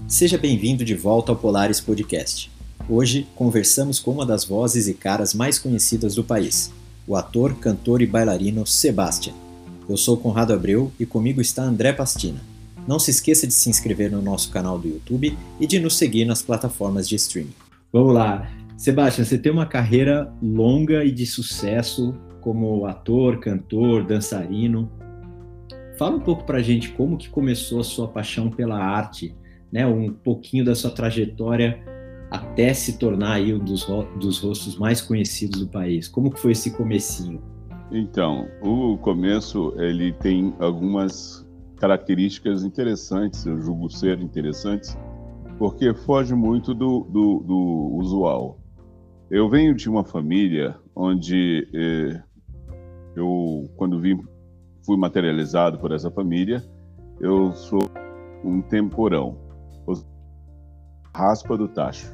Seja bem-vindo de volta ao Polaris Podcast. Hoje conversamos com uma das vozes e caras mais conhecidas do país, o ator, cantor e bailarino Sebastian. Eu sou Conrado Abreu e comigo está André Pastina. Não se esqueça de se inscrever no nosso canal do YouTube e de nos seguir nas plataformas de streaming. Vamos lá. Sebastian, você tem uma carreira longa e de sucesso como ator, cantor, dançarino. Fala um pouco pra gente como que começou a sua paixão pela arte, né? Um pouquinho da sua trajetória até se tornar aí um dos rostos mais conhecidos do país. Como que foi esse comecinho? Então, o começo, ele tem algumas características interessantes, eu julgo ser interessantes, porque foge muito do usual. Eu venho de uma família onde quando fui materializado por essa família, eu sou um temporão, raspa do tacho.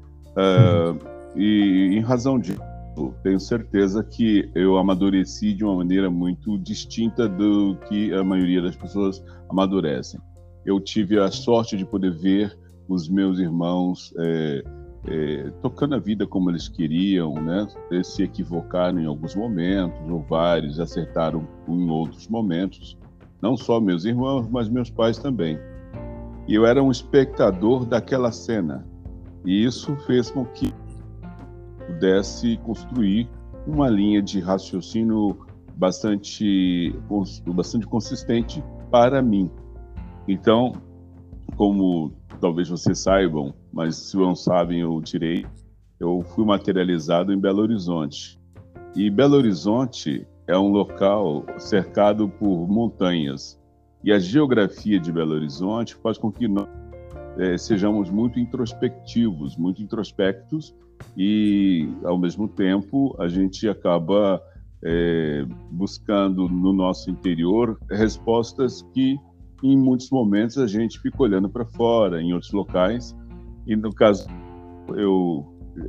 E em razão disso, tenho certeza que eu amadureci de uma maneira muito distinta do que a maioria das pessoas amadurecem. Eu tive a sorte de poder ver os meus irmãos tocando a vida como eles queriam, né? Eles se equivocaram em alguns momentos, ou vários, acertaram em outros momentos. Não só meus irmãos, mas meus pais também. E eu era um espectador daquela cena. E isso fez com que pudesse construir uma linha de raciocínio bastante consistente para mim. Então, como talvez vocês saibam, mas se não sabem, eu fui materializado em Belo Horizonte. E Belo Horizonte é um local cercado por montanhas. E a geografia de Belo Horizonte faz com que nós sejamos muito introspectivos, muito introspectos, e, ao mesmo tempo, a gente acaba buscando no nosso interior respostas que, em muitos momentos, a gente fica olhando para fora, em outros locais. E, no caso, eu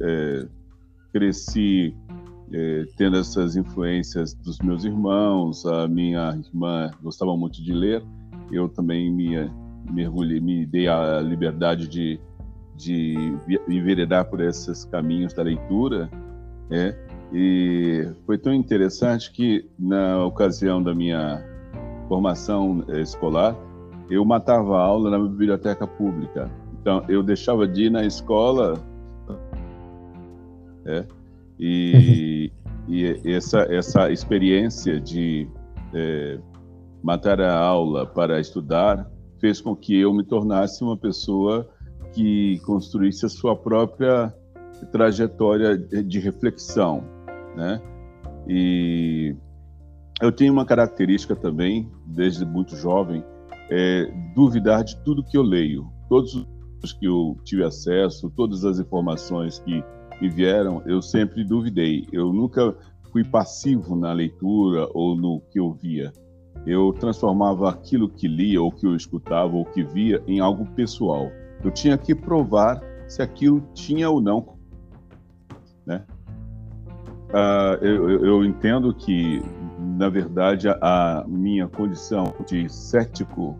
cresci tendo essas influências dos meus irmãos. A minha irmã gostava muito de ler, eu também me dei a liberdade de enveredar por esses caminhos da leitura, e foi tão interessante que, na ocasião da minha formação escolar, eu matava a aula na biblioteca pública. Então, eu deixava de ir na escola, e essa experiência de matar a aula para estudar fez com que eu me tornasse uma pessoa que construísse a sua própria trajetória de reflexão, né? E eu tenho uma característica também, desde muito jovem, duvidar de tudo que eu leio. Todos os livros que eu tive acesso, todas as informações que me vieram, eu sempre duvidei. Eu nunca fui passivo na leitura ou no que eu via. Eu transformava aquilo que lia, ou que eu escutava, ou que via, em algo pessoal. Eu tinha que provar se aquilo tinha ou não, né? Eu entendo que, na verdade, a minha condição de cético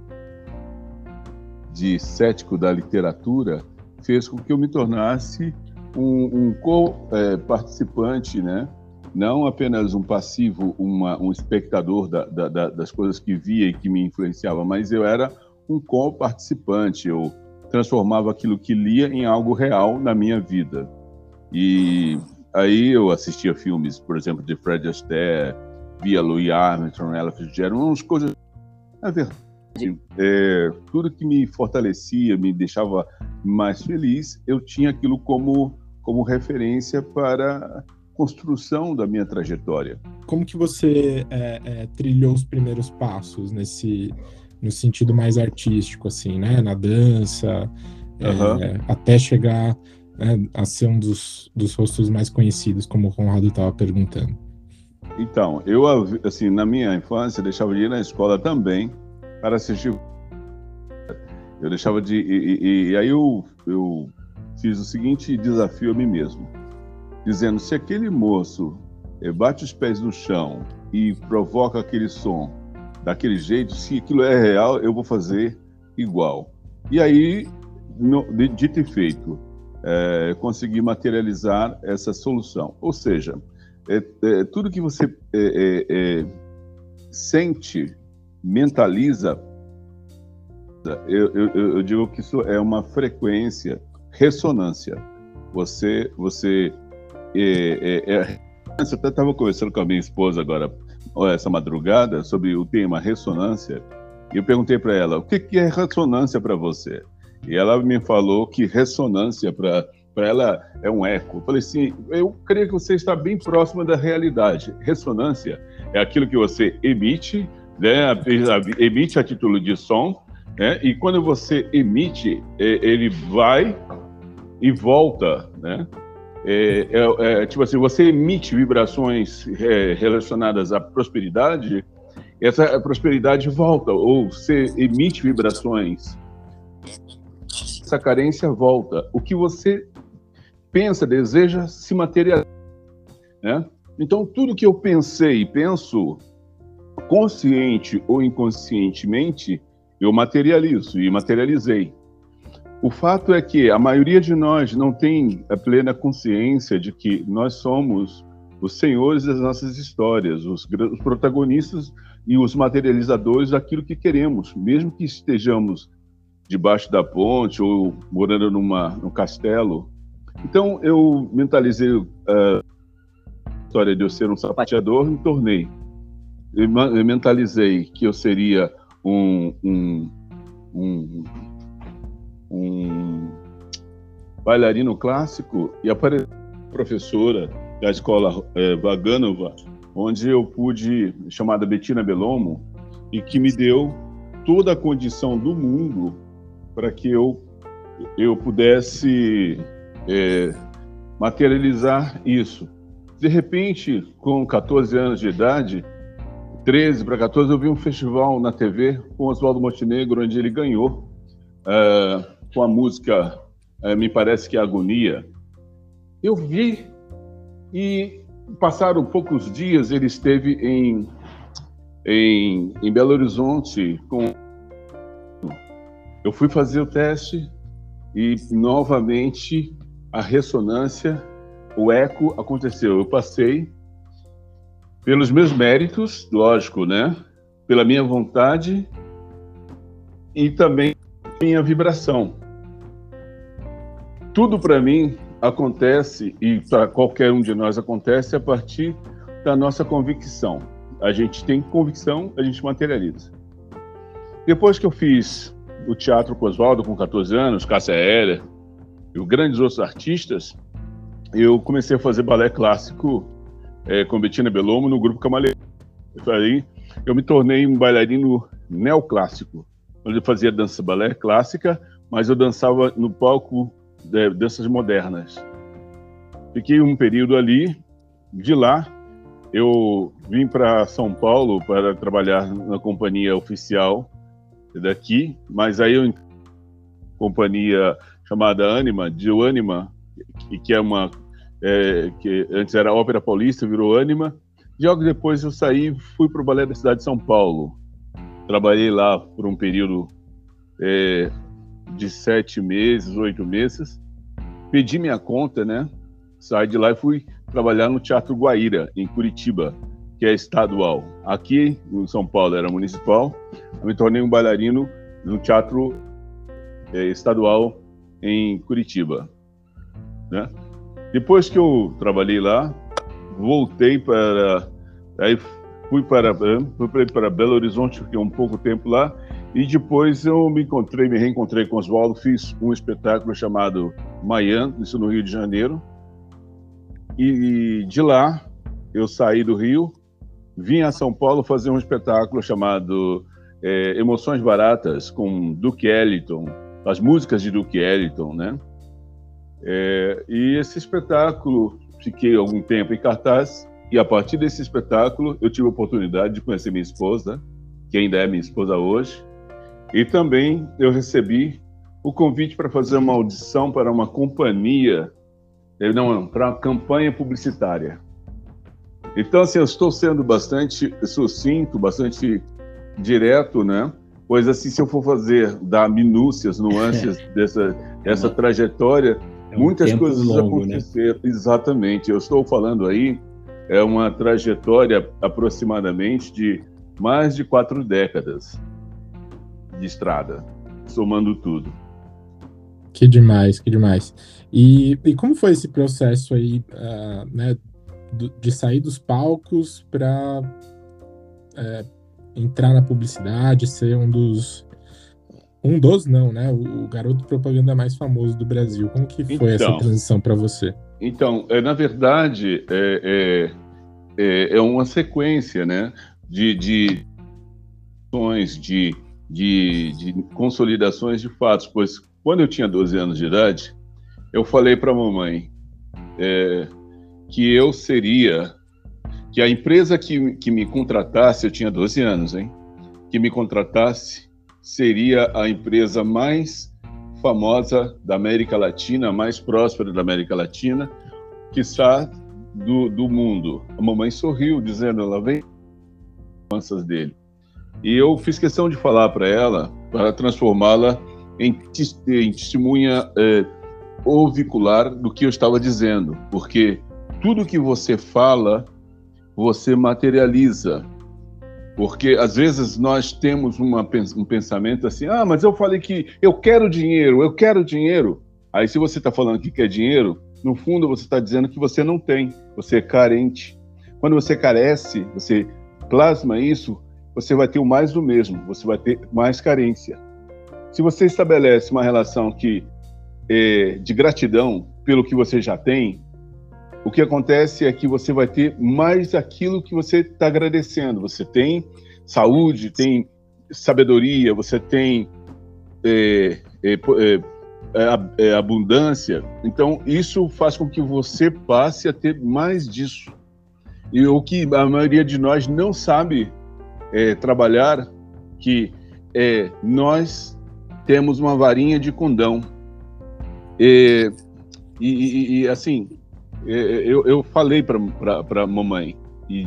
da literatura fez com que eu me tornasse um co-participante, né? Não apenas um passivo, um espectador das coisas que via e que me influenciava, mas eu era um co-participante. Eu transformava aquilo que lia em algo real na minha vida. E aí eu assistia filmes, por exemplo, de Fred Astaire, via Louis Armstrong, Ella Fitzgerald, umas coisas... Na verdade, tudo que me fortalecia, me deixava mais feliz, eu tinha aquilo como referência para construção da minha trajetória. Como que você trilhou os primeiros passos no sentido mais artístico, assim, né? Na dança, até chegar, né, a ser um dos rostos mais conhecidos, como o Conrado estava perguntando? Então, eu, assim, na minha infância, deixava de ir na escola também para assistir. Eu deixava de... E aí eu fiz o seguinte desafio a mim mesmo, dizendo: se aquele moço bate os pés no chão e provoca aquele som daquele jeito, se aquilo é real, eu vou fazer igual. E aí dito e feito, conseguir materializar essa solução. Ou seja, tudo que você sente, mentaliza, eu digo que isso é uma frequência, ressonância. Eu até estava conversando com a minha esposa agora, essa madrugada, sobre o tema ressonância, e eu perguntei para ela, o que é ressonância para você? E ela me falou que ressonância para ela é um eco. Eu falei assim, eu creio que você está bem próximo da realidade. Ressonância é aquilo que você emite, né, emite a título de som, né, e quando você emite, ele vai e volta, né? Tipo assim, você emite vibrações relacionadas à prosperidade, essa prosperidade volta, ou você emite vibrações, essa carência volta. O que você pensa, deseja, se materializa, né? Então, tudo que eu pensei e penso, consciente ou inconscientemente, eu materializo e materializei. O fato é que a maioria de nós não tem a plena consciência de que nós somos os senhores das nossas histórias, os protagonistas e os materializadores daquilo que queremos, mesmo que estejamos debaixo da ponte ou morando num castelo. Então, eu mentalizei a história de eu ser um sapateador e me tornei. Eu mentalizei que eu seria um bailarino clássico e apareceu professora da escola Vaganova, onde eu pude, chamada Bettina Bellomo, e que me deu toda a condição do mundo para que eu pudesse materializar isso. De repente, com 14 anos de idade, 13 para 14, eu vi um festival na TV com Oswaldo Montenegro, onde ele ganhou com a música Me Parece Que é Agonia. Eu vi e passaram poucos dias, ele esteve em Belo Horizonte. Eu fui fazer o teste e novamente a ressonância, o eco aconteceu. Eu passei pelos meus méritos, lógico, né? Pela minha vontade e também minha vibração. Tudo para mim acontece, e para qualquer um de nós acontece, a partir da nossa convicção. A gente tem convicção, a gente materializa. Depois que eu fiz o teatro com Oswaldo, com 14 anos, Cássia Eller e grandes outros artistas, eu comecei a fazer balé clássico com Bettina Bellomo no grupo Camaleão. Aí eu me tornei um bailarino neoclássico, onde eu fazia dança balé clássica, mas eu dançava no palco danças modernas. Fiquei um período ali. De lá eu vim para São Paulo para trabalhar na companhia oficial daqui, mas aí eu companhia chamada Anima, de Anima, que é uma que antes era Ópera Paulista, virou Anima. E logo depois eu saí e fui para o Balé da cidade de São Paulo. Trabalhei lá por um período de 7 meses, 8 meses. Pedi minha conta, né? Saí de lá e fui trabalhar no Teatro Guaíra, em Curitiba, que é estadual. Aqui, em São Paulo, era municipal. Eu me tornei um bailarino no Teatro Estadual em Curitiba, né? Depois que eu trabalhei lá, voltei para... Aí fui para Belo Horizonte, fiquei um pouco tempo lá, e depois eu me reencontrei com Oswaldo, fiz um espetáculo chamado Mayan, isso no Rio de Janeiro, e de lá eu saí do Rio, vim a São Paulo fazer um espetáculo chamado Emoções Baratas, com Duke Ellington, as músicas de Duke Ellington, né? E esse espetáculo, fiquei algum tempo em cartaz, e a partir desse espetáculo eu tive a oportunidade de conhecer minha esposa, que ainda é minha esposa hoje, e também eu recebi o convite para fazer uma audição para uma companhia, para uma campanha publicitária. Então, assim, eu estou sendo bastante sucinto, bastante direto, né? Pois assim, se eu for dar minúcias, nuances dessa trajetória, muitas coisas longo, aconteceram. Né? Exatamente. Eu estou falando aí, é uma trajetória aproximadamente de mais de 4 décadas de estrada, somando tudo. Que demais, que demais. E como foi esse processo aí, né, de sair dos palcos para entrar na publicidade, ser um dos não, né? O garoto propaganda mais famoso do Brasil. Como que foi essa transição para você? Então, na verdade, é uma sequência, né, de consolidações de fatos. Pois quando eu tinha 12 anos de idade, eu falei para a mamãe que eu seria, que a empresa que me contratasse, eu tinha 12 anos, hein? Que me contratasse seria a empresa mais famosa da América Latina, mais próspera da América Latina, quiçá do mundo. A mamãe sorriu, dizendo, ela vem as dele. E eu fiz questão de falar para ela, para transformá-la em testemunha orbicular do que eu estava dizendo, porque tudo que você fala, você materializa. Porque, às vezes, nós temos um pensamento assim, mas eu falei que eu quero dinheiro. Aí, se você está falando que quer dinheiro, no fundo, você está dizendo que você não tem, você é carente. Quando você carece, você plasma isso, você vai ter o mais do mesmo, você vai ter mais carência. Se você estabelece uma relação de gratidão pelo que você já tem, o que acontece é que você vai ter mais aquilo que você está agradecendo. Você tem saúde, tem sabedoria, você tem abundância. Então, isso faz com que você passe a ter mais disso. E o que a maioria de nós não sabe trabalhar, que nós temos uma varinha de condão. E assim, eu falei para a mamãe, e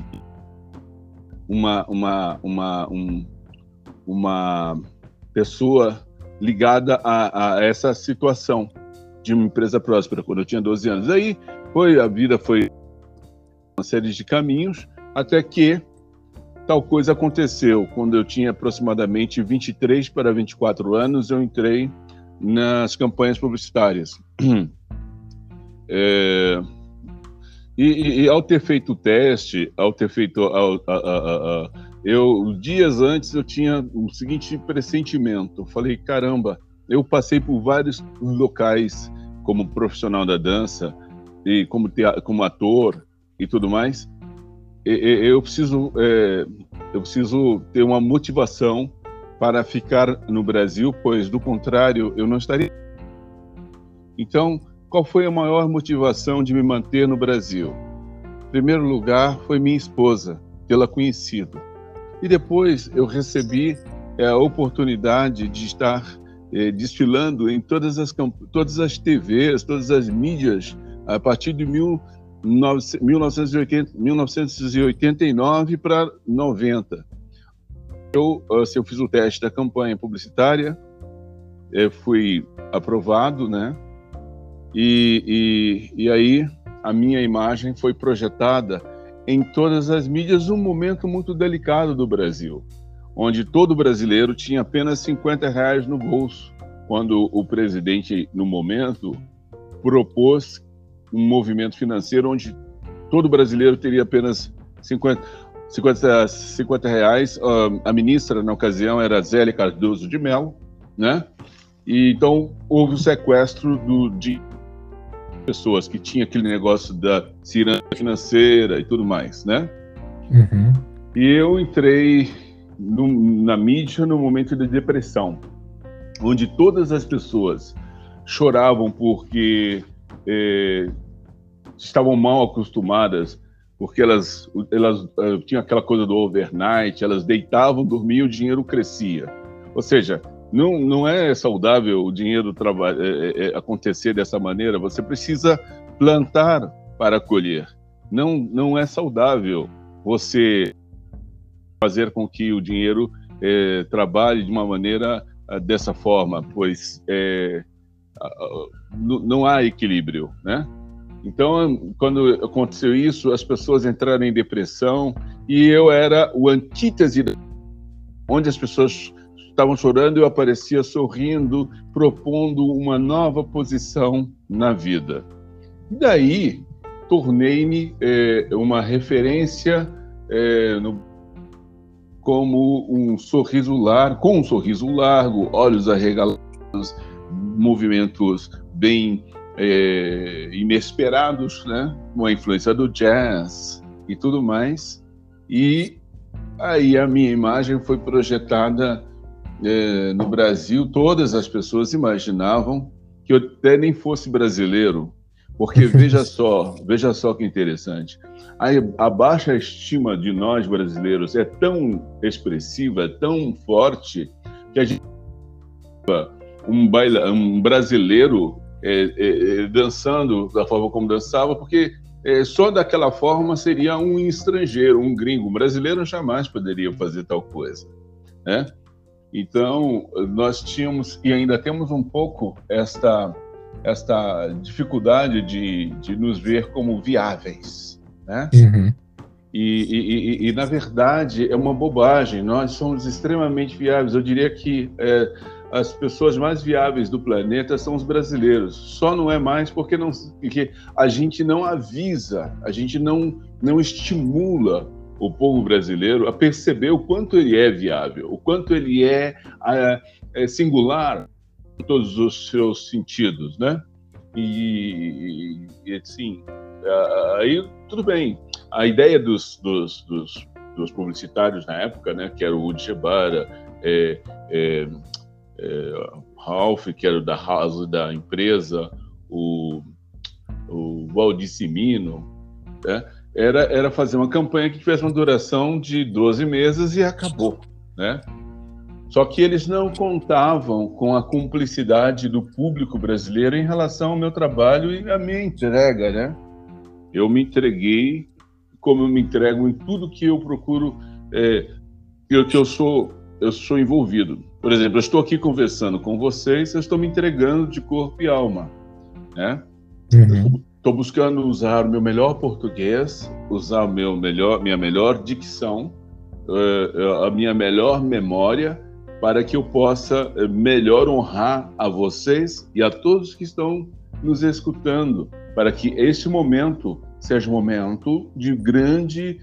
uma pessoa ligada a essa situação de uma empresa próspera, quando eu tinha 12 anos. Aí a vida foi uma série de caminhos, até que tal coisa aconteceu. Quando eu tinha aproximadamente 23 para 24 anos, eu entrei nas campanhas publicitárias. E ao ter feito o teste, dias antes eu tinha o seguinte pressentimento. Eu falei, caramba, eu passei por vários locais como profissional da dança e como ator e tudo mais. Eu preciso ter uma motivação para ficar no Brasil, pois do contrário eu não estaria. Então, qual foi a maior motivação de me manter no Brasil? Em primeiro lugar, foi minha esposa, tê-la conhecido. E depois eu recebi a oportunidade de estar desfilando em todas as TVs, todas as mídias, a partir de 1989 para 90. Eu fiz o teste da campanha publicitária, fui aprovado, né? E aí a minha imagem foi projetada em todas as mídias, num momento muito delicado do Brasil, onde todo brasileiro tinha apenas R$50 no bolso, quando o presidente, no momento, propôs um movimento financeiro onde todo brasileiro teria apenas R$50. A ministra, na ocasião, era Zélia Cardoso de Mello, né? E então houve o sequestro de pessoas que tinham aquele negócio da ciranda financeira e tudo mais, né? Uhum. E eu entrei na mídia no momento de depressão, onde todas as pessoas choravam porque estavam mal acostumadas, porque elas tinham aquela coisa do overnight, elas deitavam, dormiam, o dinheiro crescia. Ou seja, não é saudável o dinheiro acontecer dessa maneira. Você precisa plantar para colher. Não é saudável você fazer com que o dinheiro trabalhe de uma maneira dessa forma, pois não há equilíbrio, né? Então, quando aconteceu isso, as pessoas entraram em depressão e eu era o antítese, onde as pessoas estavam chorando, eu aparecia sorrindo, propondo uma nova posição na vida. E daí, tornei-me uma referência como um sorriso largo, com um sorriso largo, olhos arregalados, movimentos bem inesperados, né? Com a influência do jazz e tudo mais. E aí a minha imagem foi projetada no Brasil. Todas as pessoas imaginavam que eu até nem fosse brasileiro, porque veja só que interessante. A baixa estima de nós brasileiros é tão expressiva, é tão forte, que a gente um brasileiro dançando da forma como dançava, porque só daquela forma seria um estrangeiro, um gringo. Um brasileiro jamais poderia fazer tal coisa, né? Então, nós tínhamos, e ainda temos um pouco esta dificuldade de nos ver como viáveis, né? Uhum. E, na verdade, é uma bobagem. Nós somos extremamente viáveis. Eu diria que as pessoas mais viáveis do planeta são os brasileiros. Só não é mais porque a gente não avisa, a gente não estimula o povo brasileiro a perceber o quanto ele é viável, o quanto ele é singular em todos os seus sentidos, né? E assim, aí tudo bem. A ideia dos publicitários na época, né, que era o Woody Gebara, Ralph, que era da House, da empresa, o Valdir Simino, né, era fazer uma campanha que tivesse uma duração de 12 meses e acabou, né? Só que eles não contavam com a cumplicidade do público brasileiro em relação ao meu trabalho e à minha entrega, né? Eu me entreguei como eu me entrego em tudo que eu procuro, que eu sou envolvido. Por exemplo, eu estou aqui conversando com vocês, eu estou me entregando de corpo e alma, né? Uhum. Estou buscando usar o meu melhor português, usar minha melhor dicção, a minha melhor memória, para que eu possa melhor honrar a vocês e a todos que estão nos escutando, para que esse momento seja um momento de grande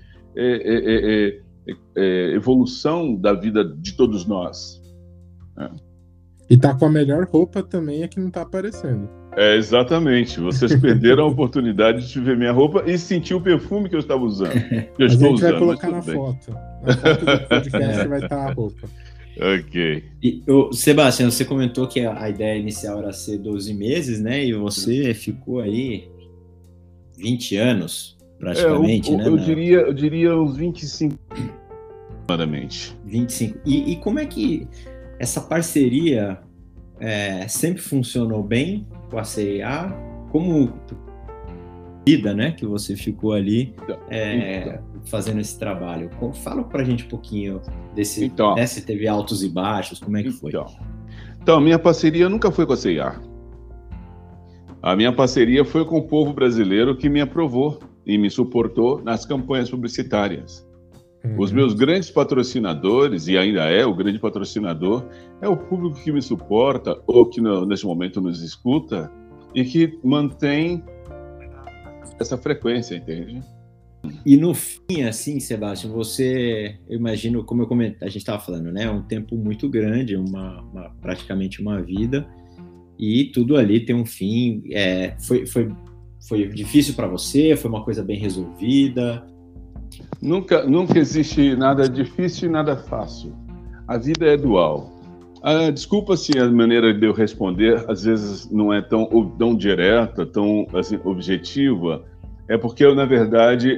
evolução da vida de todos nós. E tá com a melhor roupa também, é que não tá aparecendo. Exatamente. Vocês perderam a oportunidade de ver minha roupa e sentir o perfume que eu estava usando. Que eu estou usando. Vai colocar na foto. Na foto do podcast vai estar a roupa. Ok. E, Sebastião, você comentou que a ideia inicial era ser 12 meses, né? E você ficou aí 20 anos, praticamente, né? Eu diria uns 25, aproximadamente. 25. E como é que essa parceria sempre funcionou bem com a CIA? Como vida, né? Que você ficou ali fazendo esse trabalho. Fala pra gente um pouquinho desse, se teve altos e baixos, como é que foi? Então, minha parceria nunca foi com a CIA. A minha parceria foi com o povo brasileiro que me aprovou e me suportou nas campanhas publicitárias. Os meus grandes patrocinadores, e ainda é o grande patrocinador, é o público que me suporta ou que nesse momento nos escuta e que mantém essa frequência, entende? E no fim, assim, Sebastião, eu imagino, como a gente estava falando, né? Um tempo muito grande, praticamente uma vida, e tudo ali tem um fim. Foi difícil para você? Foi uma coisa bem resolvida? Nunca existe nada difícil e nada fácil. A vida é dual. Desculpa se a maneira de eu responder às vezes não é tão direta, tão assim, objetiva. É porque eu, na verdade,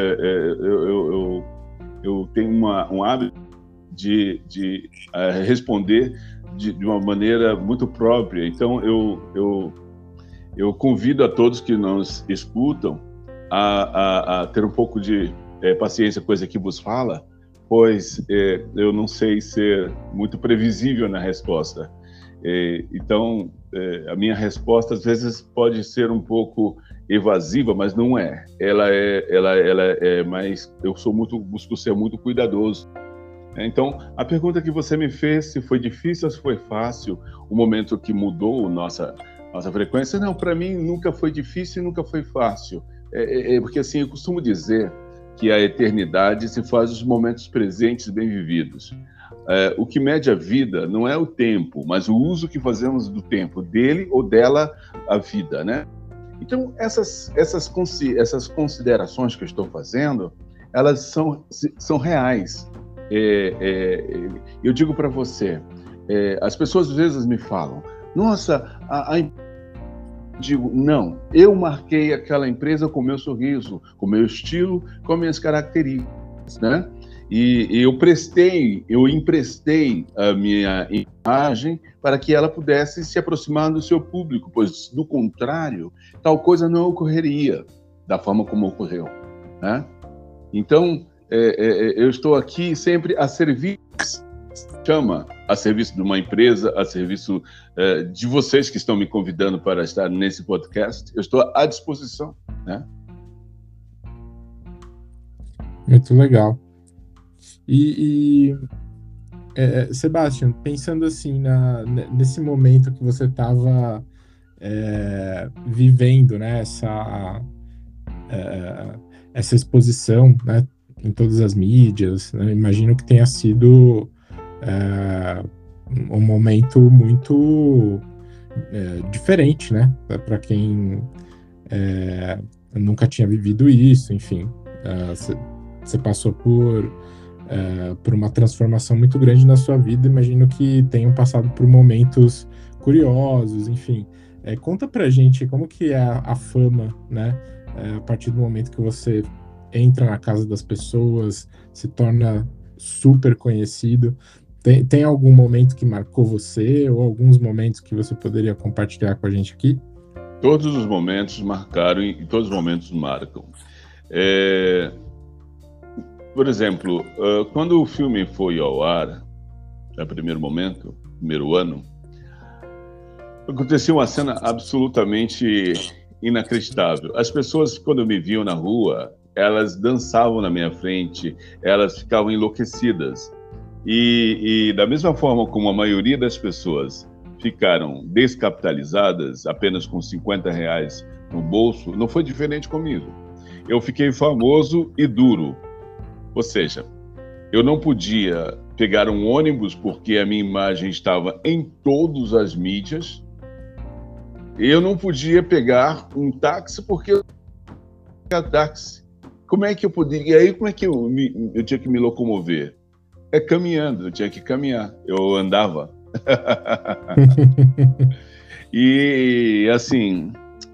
eu tenho um hábito de responder de uma maneira muito própria. Então, eu convido a todos que nos escutam a ter um pouco de paciência, coisa que vos fala, pois eu não sei ser muito previsível na resposta. Então, a minha resposta às vezes pode ser um pouco evasiva, mas não é. Ela é mais. Busco ser muito cuidadoso. Então, a pergunta que você me fez, se foi difícil ou se foi fácil, o momento que mudou nossa frequência, não, para mim nunca foi difícil e nunca foi fácil. Porque assim, eu costumo dizer que a eternidade se faz dos momentos presentes bem vividos. O que mede a vida não é o tempo, mas o uso que fazemos do tempo, dele ou dela, a vida, né? Então, essas considerações que eu estou fazendo, elas são reais. Eu digo para você, as pessoas às vezes me falam, nossa, digo, não, eu marquei aquela empresa com meu sorriso, com meu estilo, com minhas características, né? E eu emprestei a minha imagem para que ela pudesse se aproximar do seu público, pois, do contrário, tal coisa não ocorreria da forma como ocorreu, né? Então, eu estou aqui sempre a serviço, a serviço de uma empresa, a serviço de vocês que estão me convidando para estar nesse podcast. Eu estou à disposição, né? Muito legal. Sebastian, pensando assim nesse momento que você estava vivendo, né, essa exposição, né, em todas as mídias, né, imagino que tenha sido um momento muito diferente, né, para quem nunca tinha vivido isso, enfim, você passou por uma transformação muito grande na sua vida. Imagino que tenham passado por momentos curiosos, enfim. Conta pra gente como que é a fama, né? A partir do momento que você entra na casa das pessoas, se torna super conhecido. Tem algum momento que marcou você ou alguns momentos que você poderia compartilhar com a gente aqui? Todos os momentos marcaram e todos os momentos marcam. Por exemplo, quando o filme foi ao ar, no primeiro ano, aconteceu uma cena absolutamente inacreditável. As pessoas, quando me viam na rua, elas dançavam na minha frente, elas ficavam enlouquecidas. E da mesma forma como a maioria das pessoas ficaram descapitalizadas, apenas com R$50 no bolso, não foi diferente comigo. Eu fiquei famoso e duro. Ou seja, eu não podia pegar um ônibus porque a minha imagem estava em todas as mídias. Eu não podia pegar um táxi porque eu tinha táxi. Como é que eu podia? E aí, como é que eu tinha que me locomover? Caminhando, eu tinha que caminhar. Eu andava. E assim,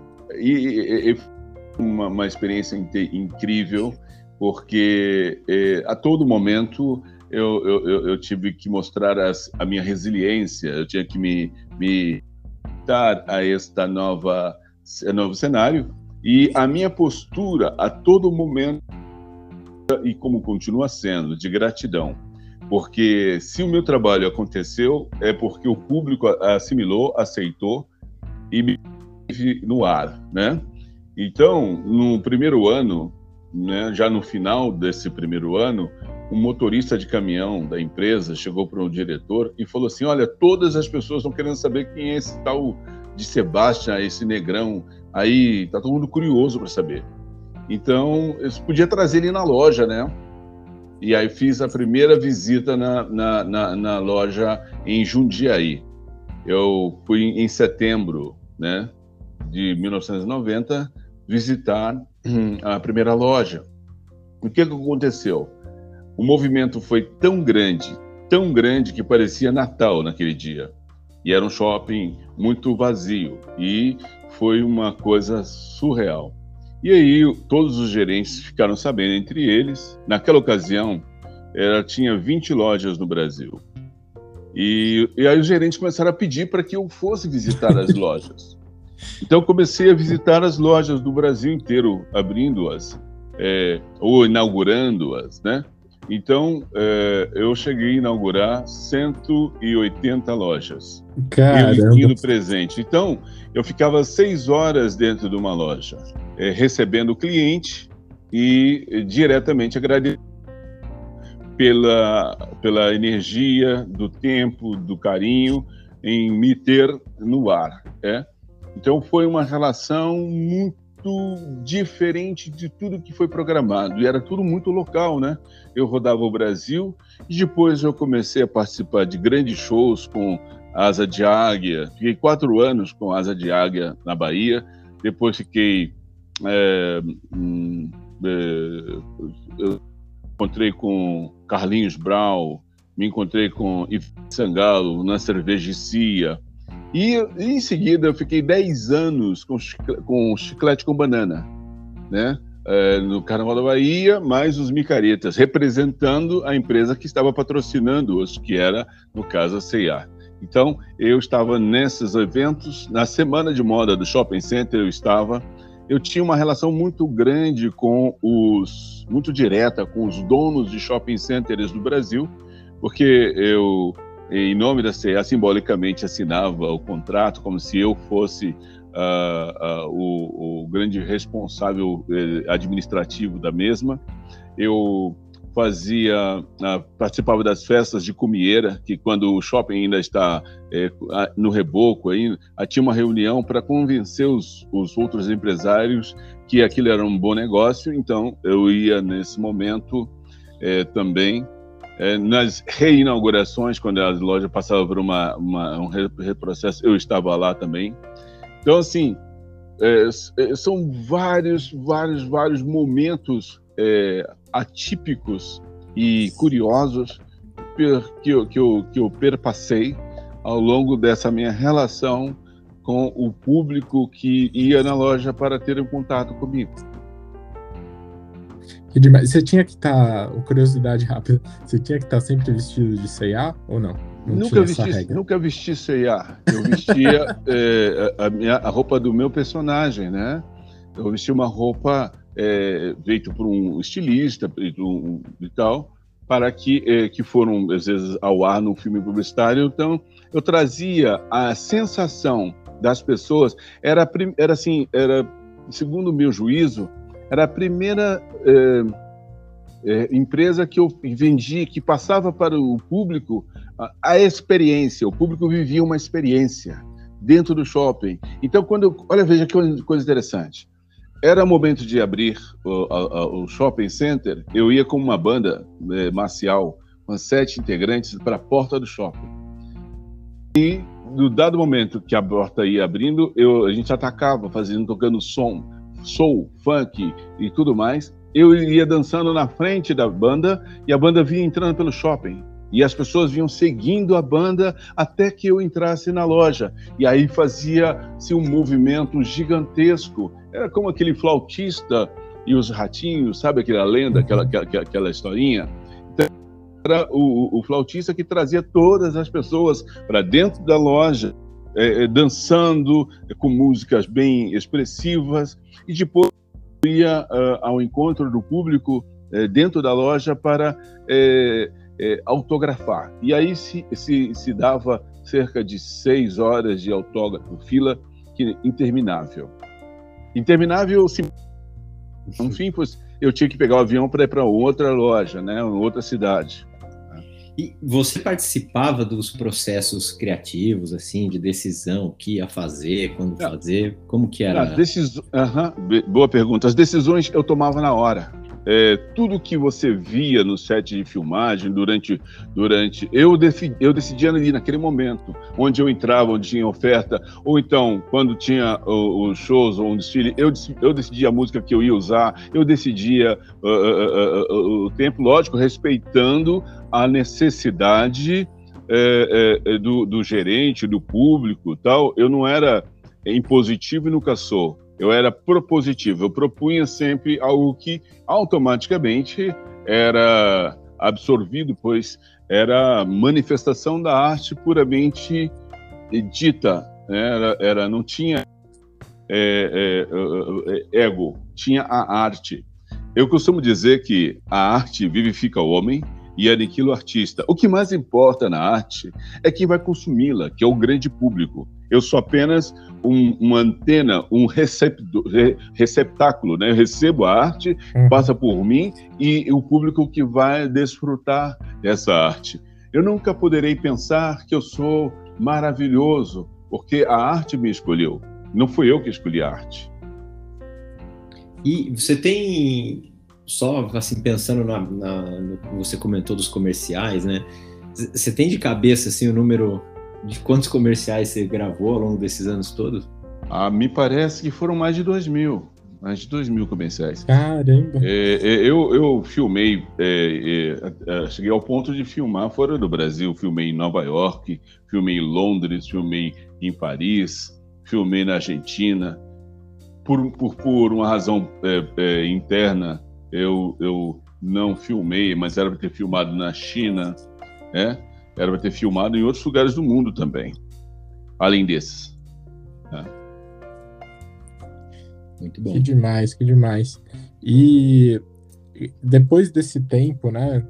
uma experiência incrível, porque a todo momento eu tive que mostrar a minha resiliência, eu tinha que me dar a este novo cenário, e a minha postura a todo momento, e como continua sendo, de gratidão. Porque se o meu trabalho aconteceu, é porque o público assimilou, aceitou e me teve no ar, né? Então, no primeiro ano, né, já no final desse primeiro ano, um motorista de caminhão da empresa chegou para o diretor e falou assim: olha, todas as pessoas estão querendo saber quem é esse tal de Sebastian, esse negrão, aí tá todo mundo curioso para saber. Então, eu podia trazer ele na loja, né? E aí fiz a primeira visita na loja em Jundiaí. Eu fui em setembro, né, de 1990 visitar a primeira loja. O que aconteceu? O movimento foi tão grande que parecia Natal naquele dia. E era um shopping muito vazio e foi uma coisa surreal. E aí todos os gerentes ficaram sabendo, entre eles, naquela ocasião, tinha 20 lojas no Brasil. E aí os gerentes começaram a pedir para que eu fosse visitar as lojas. Então eu comecei a visitar as lojas do Brasil inteiro, abrindo-as, ou inaugurando-as, né? Então, eu cheguei a inaugurar 180 lojas. Caramba. Eu indo presente. Então, eu ficava 6 horas dentro de uma loja, recebendo o cliente e diretamente agradecendo pela energia, do tempo, do carinho em me ter no ar. Então, foi uma relação muito diferente de tudo que foi programado, e era tudo muito local, né? Eu rodava o Brasil e depois eu comecei a participar de grandes shows com Asa de Águia. Fiquei 4 anos com Asa de Águia na Bahia, depois fiquei eu encontrei com Carlinhos Brau, me encontrei com Ivete Sangalo na Cervejicia. E em seguida eu fiquei 10 anos com Chiclete com Banana, né? No Carnaval da Bahia, mais os Micaretas, representando a empresa que estava patrocinando-os, que era, no caso, a C&A. Então, eu estava nesses eventos, na Semana de Moda do Shopping Center eu tinha uma relação muito grande muito direta com os donos de shopping centers do Brasil, porque eu, em nome da C&A, simbolicamente assinava o contrato como se eu fosse o grande responsável administrativo da mesma. Eu participava das festas de cumieira, que quando o shopping ainda está no reboco, tinha uma reunião para convencer os outros empresários que aquilo era um bom negócio. Então eu ia nesse momento também nas reinaugurações, quando a loja passava por um retrocesso, eu estava lá também. Então, assim, são vários momentos atípicos e curiosos que eu perpassei ao longo dessa minha relação com o público que ia na loja para ter um contato comigo. Que demais. Você tinha que estar, curiosidade rápida, você tinha que estar sempre vestido de C&A ou não? Nunca vesti C&A. Eu vestia a roupa do meu personagem, né? Eu vestia uma roupa feita por um estilista e tal, para que foram, às vezes, ao ar no filme publicitário. Então, eu trazia a sensação das pessoas, era segundo o meu juízo, era a primeira empresa que eu vendi, que passava para o público a experiência. O público vivia uma experiência dentro do shopping. Então, olha, veja que coisa interessante. Era momento de abrir o shopping center, eu ia com uma banda marcial, com 7 integrantes, para a porta do shopping. E, no dado momento que a porta ia abrindo, a gente atacava, tocando som, soul, funk e tudo mais. Eu ia dançando na frente da banda e a banda vinha entrando pelo shopping. E as pessoas vinham seguindo a banda até que eu entrasse na loja. E aí fazia-se um movimento gigantesco. Era como aquele flautista e os ratinhos, sabe aquela lenda, aquela historinha? Então, era o flautista que trazia todas as pessoas para dentro da loja, dançando, com músicas bem expressivas. E depois ia ao encontro do público dentro da loja para autografar. E aí se dava cerca de 6 horas de autógrafo, fila interminável. Enfim, eu tinha que pegar o avião para ir para outra loja, né, outra cidade. E você participava dos processos criativos, assim, de decisão, o que ia fazer, quando fazer, como que era? Boa pergunta. As decisões eu tomava na hora. Tudo que você via no set de filmagem eu decidia ali naquele momento, onde eu entrava, onde tinha oferta, ou então quando tinha os shows ou um desfile, eu decidia a música que eu ia usar, eu decidia o tempo, lógico, respeitando a necessidade do gerente, do público, tal. Eu não era impositivo e nunca sou. Eu era propositivo, eu propunha sempre algo que automaticamente era absorvido, pois era manifestação da arte puramente dita, né? Não tinha ego, tinha a arte. Eu costumo dizer que a arte vivifica o homem e aniquila o artista. O que mais importa na arte é quem vai consumi-la, que é o grande público. Eu sou apenas uma antena, um receptáculo, né? Eu recebo a arte, passa por mim e o público que vai desfrutar dessa arte. Eu nunca poderei pensar que eu sou maravilhoso, porque a arte me escolheu. Não fui eu que escolhi a arte. E você tem, só assim, pensando no que você comentou dos comerciais, né? Você tem de cabeça assim, o número de quantos comerciais você gravou ao longo desses anos todos? Me parece que foram mais de 2.000. Mais de 2.000 comerciais. Caramba! Eu filmei, cheguei ao ponto de filmar fora do Brasil. Filmei em Nova York, filmei em Londres, filmei em Paris, filmei na Argentina. Por uma razão interna, eu não filmei, mas era para ter filmado na China, né? Era para ter filmado em outros lugares do mundo também, além desses. Né? Muito bom. Que demais, que demais. E depois desse tempo, né?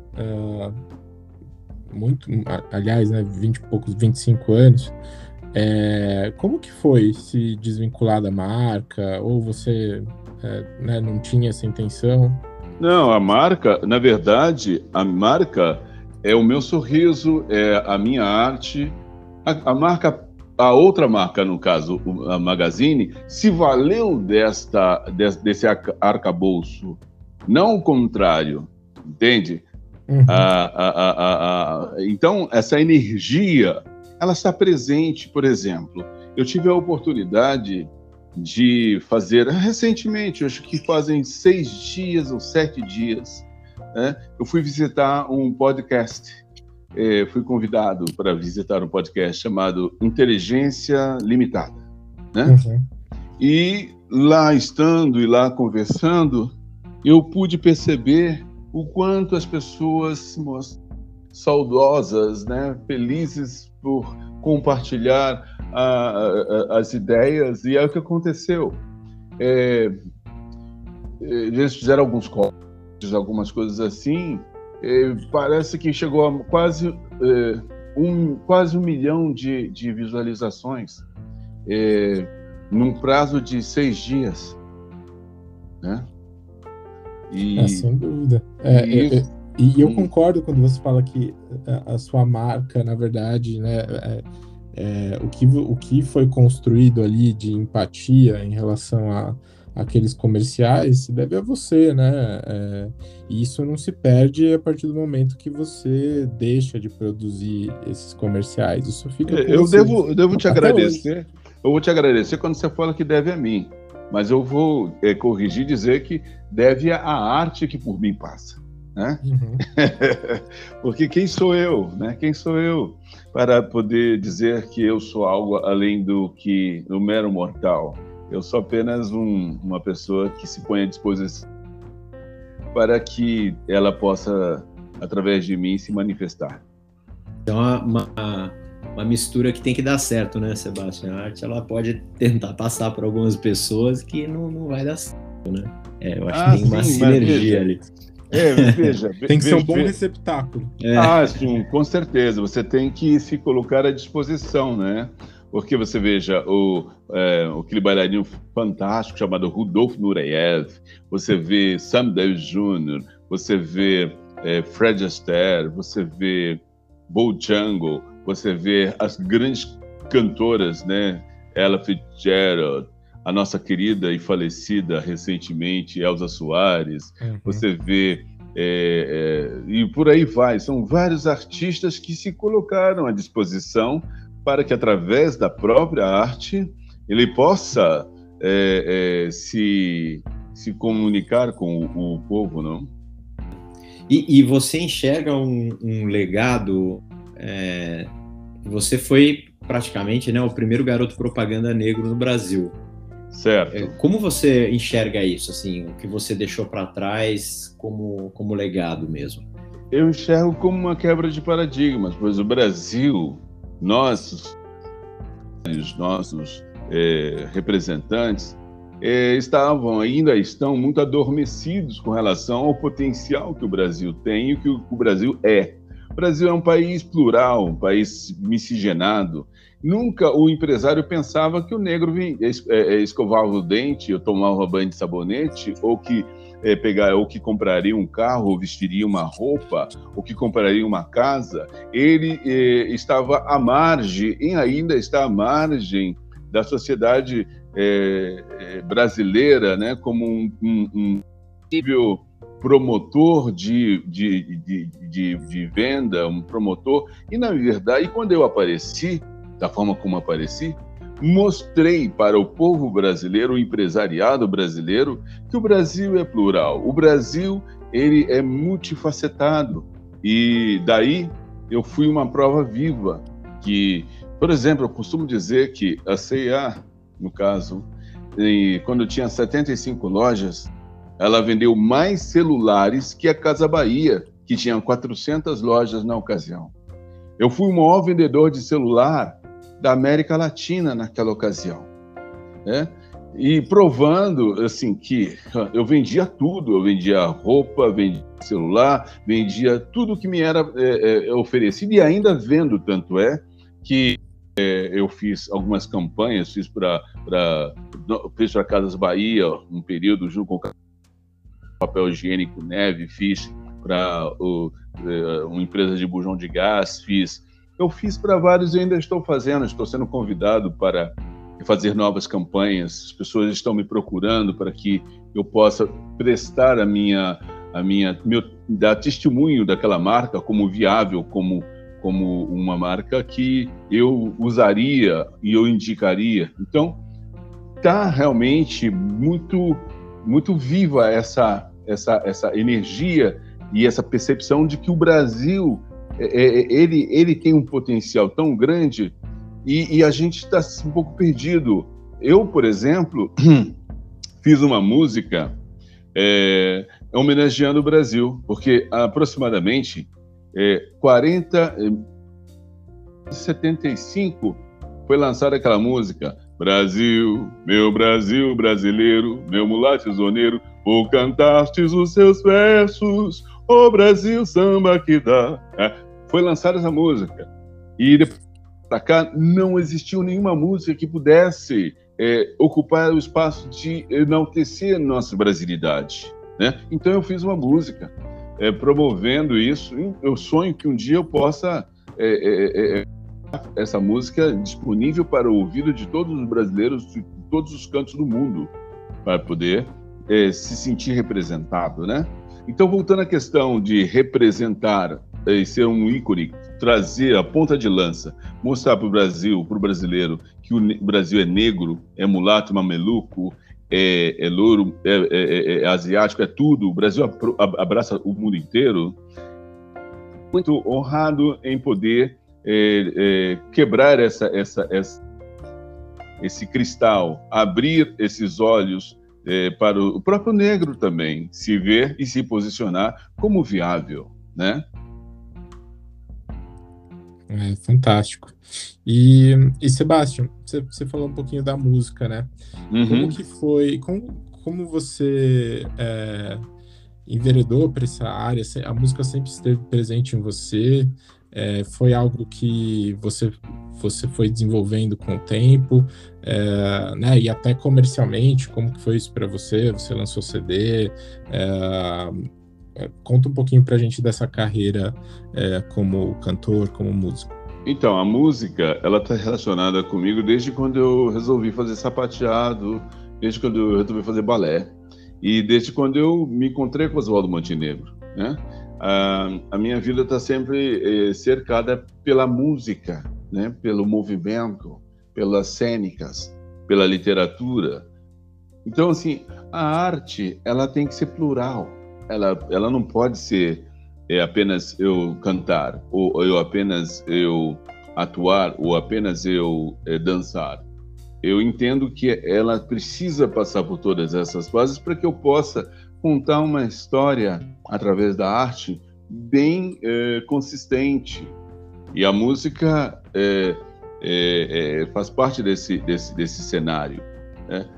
Aliás, né? 20 e poucos, 25 anos. Como que foi se desvincular da marca? Ou você né, não tinha essa intenção? Não, a marca, na verdade, a marca é o meu sorriso, é a minha arte. A outra marca, no caso, a Magazine, se valeu desse arcabouço, não o contrário, entende? Uhum. Então, essa energia, ela está presente. Por exemplo, eu tive a oportunidade de fazer recentemente, acho que fazem 6 dias ou 7 dias, né? Eu fui visitar um podcast. Fui convidado para visitar um podcast chamado Inteligência Limitada, né? Uhum. E lá estando e lá conversando, eu pude perceber o quanto as pessoas se mostram saudosas, né? Felizes por compartilhar as ideias, e é o que aconteceu. Eles fizeram alguns cortes, algumas coisas assim. Parece que chegou a quase 1 milhão de visualizações num prazo de 6 dias, né? Sem dúvida. Eu concordo quando você fala que a sua marca, na verdade, né, o que foi construído ali de empatia em relação a aqueles comerciais se deve a você, né? E isso não se perde a partir do momento que você deixa de produzir esses comerciais. Isso fica com eu você. devo te Até agradecer. hoje. Eu vou te agradecer quando você fala que deve a mim, mas eu vou corrigir e dizer que deve à arte que por mim passa, né? Uhum. Porque quem sou eu, né? Quem sou eu para poder dizer que eu sou algo além do mero mortal? Eu sou apenas uma pessoa que se põe à disposição para que ela possa, através de mim, se manifestar. Então, uma mistura que tem que dar certo, né, Sebastião? A arte, ela pode tentar passar por algumas pessoas que não vai dar certo, né? Eu acho que tem uma sinergia ali. Tem que ser um bom receptáculo. Sim, com certeza. Você tem que se colocar à disposição, né? Porque você veja aquele bailarino fantástico chamado Rudolf Nureyev, você vê Sam Davis Jr., você vê Fred Astaire, você vê Bo Django, você vê as grandes cantoras, né? Ella Fitzgerald, a nossa querida e falecida recentemente Elza Soares, você vê e por aí vai. São vários artistas que se colocaram à disposição para que, através da própria arte, ele possa se comunicar com o povo, não? E você enxerga um legado... Você foi praticamente, né, o primeiro garoto propaganda negro no Brasil. Certo. Como você enxerga isso, assim, o que você deixou para trás como legado mesmo? Eu enxergo como uma quebra de paradigmas, pois o Brasil, os nossos representantes, ainda estão muito adormecidos com relação ao potencial que o Brasil tem e que o Brasil é. O Brasil é um país plural, um país miscigenado. Nunca o empresário pensava que o negro escovava o dente, ou tomava banho de sabonete, ou que compraria um carro, ou vestiria uma roupa, ou que compraria uma casa. Ele estava à margem, e ainda está à margem da sociedade brasileira, né, como um nível promotor de venda, um promotor. E, na verdade, quando eu apareci, da forma como apareci, mostrei para o povo brasileiro, o empresariado brasileiro, que o Brasil é plural. O Brasil, ele é multifacetado. E daí eu fui uma prova viva que, por exemplo, eu costumo dizer que a C&A, no caso, quando tinha 75 lojas, ela vendeu mais celulares que a Casa Bahia, que tinha 400 lojas na ocasião. Eu fui o maior vendedor de celular da América Latina naquela ocasião, né? E provando assim que eu vendia tudo, eu vendia roupa, vendia celular, vendia tudo que me era oferecido, e ainda vendo, tanto é que eu fiz algumas campanhas, fiz para Casas Bahia um período junto com o papel higiênico Neve, fiz para uma empresa de bujão de gás, eu fiz para vários e ainda estou fazendo, estou sendo convidado para fazer novas campanhas, as pessoas estão me procurando para que eu possa prestar dar testemunho daquela marca como viável, como uma marca que eu usaria e eu indicaria. Então, está realmente muito, muito viva essa energia e essa percepção de que o Brasil ele tem um potencial tão grande e a gente está um pouco perdido. Eu, por exemplo, fiz uma música homenageando o Brasil, porque aproximadamente 75 foi lançada aquela música Brasil brasileiro, meu mulato isoneiro, vou cantastes os seus versos, ô Brasil, samba que dá. Foi lançada essa música. E depois pra cá não existiu nenhuma música que pudesse ocupar o espaço de enaltecer a nossa brasilidade, né? Então eu fiz uma música promovendo isso. Eu sonho que um dia eu possa essa música disponível para o ouvido de todos os brasileiros de todos os cantos do mundo, para poder se sentir representado, né? Então, voltando à questão de representar e ser um ícone, trazer a ponta de lança, mostrar para o Brasil, para o brasileiro, que o Brasil é negro, é mulato, mameluco, é louro, é asiático, é tudo. O Brasil abraça o mundo inteiro. Muito honrado em poder quebrar esse cristal, abrir esses olhos para o próprio negro também se ver e se posicionar como viável, né? Fantástico. E Sebastião, você falou um pouquinho da música, né? Uhum. Como que foi? Como você enveredou para essa área? A música sempre esteve presente em você? Foi algo que você foi desenvolvendo com o tempo, né? E até comercialmente, como que foi isso para você? Você lançou CD? Conta um pouquinho pra gente dessa carreira como cantor, como músico. Então, a música, ela está relacionada comigo desde quando eu resolvi fazer sapateado, desde quando eu resolvi fazer balé, e desde quando eu me encontrei com Oswaldo Montenegro, né? A minha vida está sempre cercada pela música, né? Pelo movimento, pelas cênicas, pela literatura. Então, assim, a arte, ela tem que ser plural. Ela não pode ser apenas eu cantar, ou apenas eu atuar, ou apenas eu dançar. Eu entendo que ela precisa passar por todas essas fases para que eu possa contar uma história através da arte bem consistente. E a música faz parte desse cenário, né?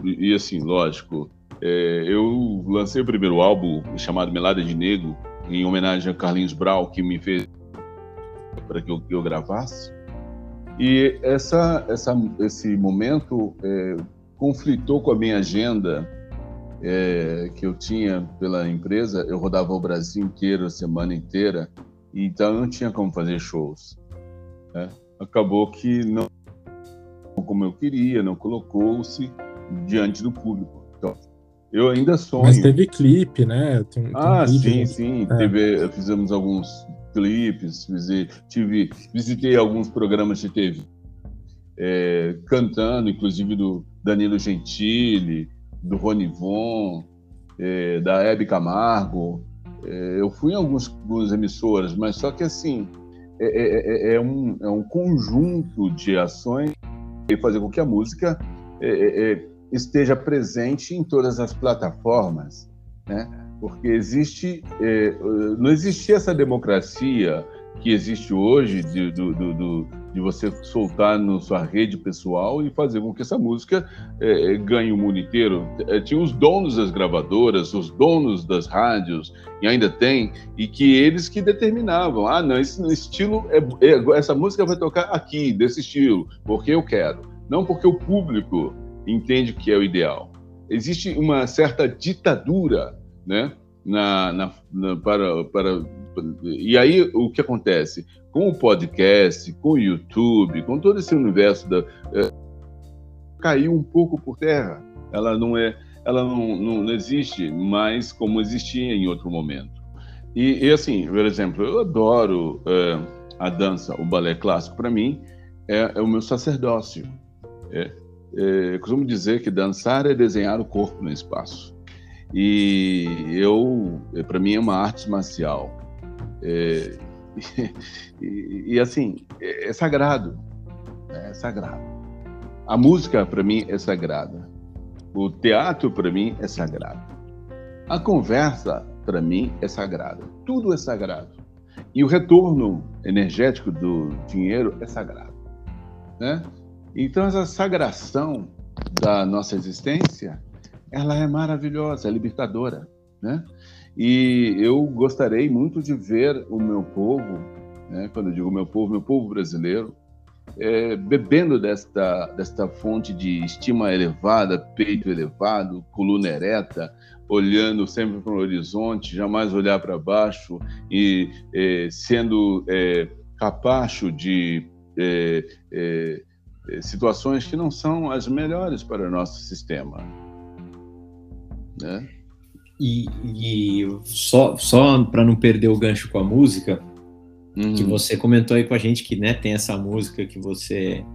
e assim, lógico, eu lancei o primeiro álbum chamado Melada de Negro, em homenagem a Carlinhos Brau, que me fez para que eu gravasse. E esse momento conflitou com a minha agenda que eu tinha pela empresa. Eu rodava o Brasil inteiro, a semana inteira, então eu não tinha como fazer shows. Acabou que não como eu queria, não colocou-se diante do público. Então, eu ainda sonho. Mas teve clipe, né? Tem clipe, sim. Fizemos alguns clipes, visitei alguns programas de TV, cantando, inclusive do Danilo Gentili, do Ronivon, da Hebe Camargo. Eu fui em algumas emissoras, mas só que assim, é um conjunto de ações e fazer com que a música esteja presente em todas as plataformas, né? Porque não existia essa democracia que existe hoje de você soltar na sua rede pessoal e fazer com que essa música ganhe o mundo inteiro. Tinha os donos das gravadoras, os donos das rádios, e ainda tem, e que eles que determinavam, não, esse estilo, essa música vai tocar aqui, desse estilo, porque eu quero. Não porque o público entende que é o ideal. Existe uma certa ditadura, né? E aí o que acontece? Com o podcast, com o YouTube, com todo esse universo caiu um pouco por terra. Ela não existe mais como existia em outro momento. E assim, por exemplo, eu adoro a dança, o balé clássico. Para mim é o meu sacerdócio. Eu costumo dizer que dançar é desenhar o corpo no espaço. E para mim é uma arte marcial. E assim, é sagrado. É sagrado. A música para mim é sagrada. O teatro para mim é sagrado. A conversa para mim é sagrada. Tudo é sagrado. E o retorno energético do dinheiro é sagrado, né? Então, essa sagração da nossa existência, ela é maravilhosa, é libertadora, né? E eu gostaria muito de ver o meu povo, né? Quando eu digo meu povo brasileiro, bebendo desta fonte de estima elevada, peito elevado, coluna ereta, olhando sempre para o horizonte, jamais olhar para baixo e sendo capacho de situações que não são as melhores para o nosso sistema, né? E só para não perder o gancho com a música, que você comentou aí com a gente que, né, tem essa música que você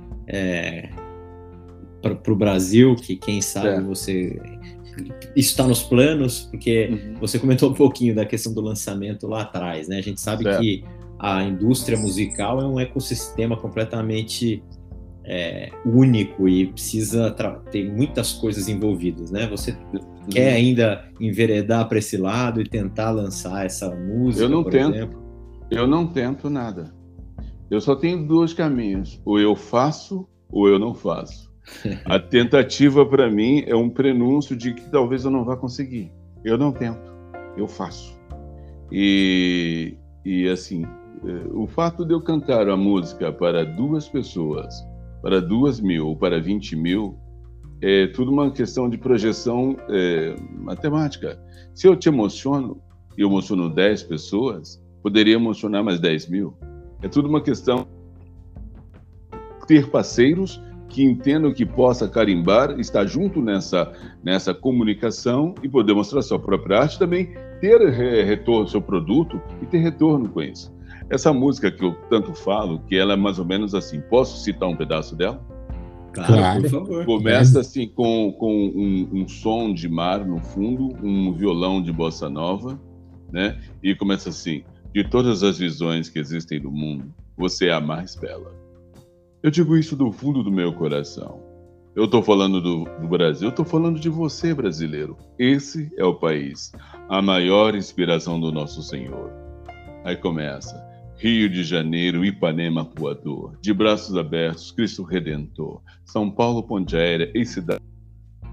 para o Brasil, que quem sabe você isso está nos planos, porque você comentou um pouquinho da questão do lançamento lá atrás, né? A gente sabe que a indústria musical é um ecossistema completamente único e precisa ter muitas coisas envolvidas, né? Você quer ainda enveredar para esse lado e tentar lançar essa música, exemplo? Eu não tento nada. Eu só tenho dois caminhos: ou eu faço ou eu não faço. A tentativa para mim é um prenúncio de que talvez eu não vá conseguir. Eu não tento, eu faço. E assim, o fato de eu cantar a música para 2 pessoas, para 2.000 ou para 20.000, é tudo uma questão de projeção matemática. Se eu te emociono, e eu emociono 10 pessoas, poderia emocionar mais 10.000. É tudo uma questão de ter parceiros que entendam que possa carimbar, estar junto nessa comunicação e poder mostrar sua própria arte, também ter retorno ao seu produto e ter retorno com isso. Essa música que eu tanto falo, que ela é mais ou menos assim, posso citar um pedaço dela? Claro, por favor. Começa assim com um som de mar no fundo, um violão de bossa nova, né? E começa assim: de todas as visões que existem do mundo, você é a mais bela. Eu digo isso do fundo do meu coração. Eu estou falando do Brasil, eu estou falando de você, brasileiro. Esse é o país, a maior inspiração do nosso Senhor. Aí começa: Rio de Janeiro, Ipanema, voador, de braços abertos, Cristo Redentor, São Paulo, ponte aérea e cidade.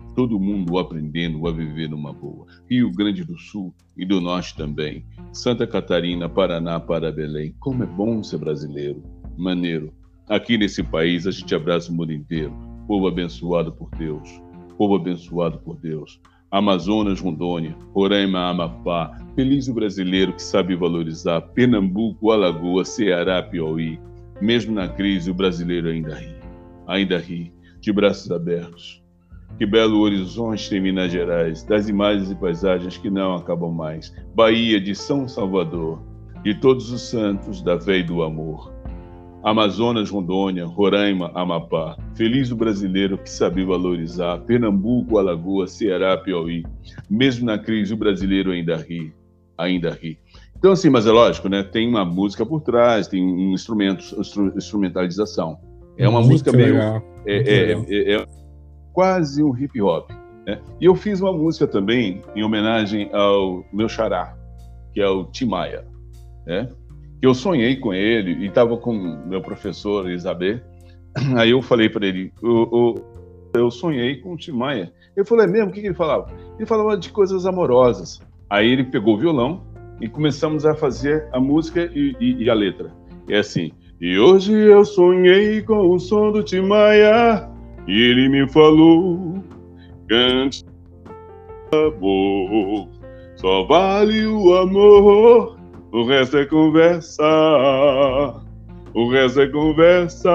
todo mundo aprendendo a viver numa boa. Rio Grande do Sul e do Norte também. Santa Catarina, Paraná, para Belém. Como é bom ser brasileiro. Maneiro. Aqui nesse país a gente abraça o mundo inteiro. Povo abençoado por Deus. Povo abençoado por Deus. Amazonas, Rondônia, Roraima, Amapá. Feliz o brasileiro que sabe valorizar. Pernambuco, Alagoas, Ceará, Piauí. Mesmo na crise, o brasileiro ainda ri, de braços abertos. Que belo horizonte tem Minas Gerais, das imagens e paisagens que não acabam mais. Bahia de São Salvador, de todos os santos, da fé e do amor. Amazonas, Rondônia, Roraima, Amapá. Feliz o brasileiro que sabe valorizar. Pernambuco, Alagoas, Ceará, Piauí. Mesmo na crise, o brasileiro ainda ri. Então, assim, mas é lógico, né? Tem uma música por trás, tem um instrumentalização. É uma música meio... É quase um hip hop, né? E eu fiz uma música também em homenagem ao meu xará, que é o Tim Maia, né? Eu sonhei com ele e estava com meu professor Isabel. Aí eu falei para ele, eu sonhei com o Tim Maia. Ele falou, é mesmo? O que ele falava? Ele falava de coisas amorosas. Aí ele pegou o violão e começamos a fazer a música e a letra. É assim, e hoje eu sonhei com o som do Tim Maia e ele me falou, cante amor, só vale o amor. O resto é conversa, o resto é conversa.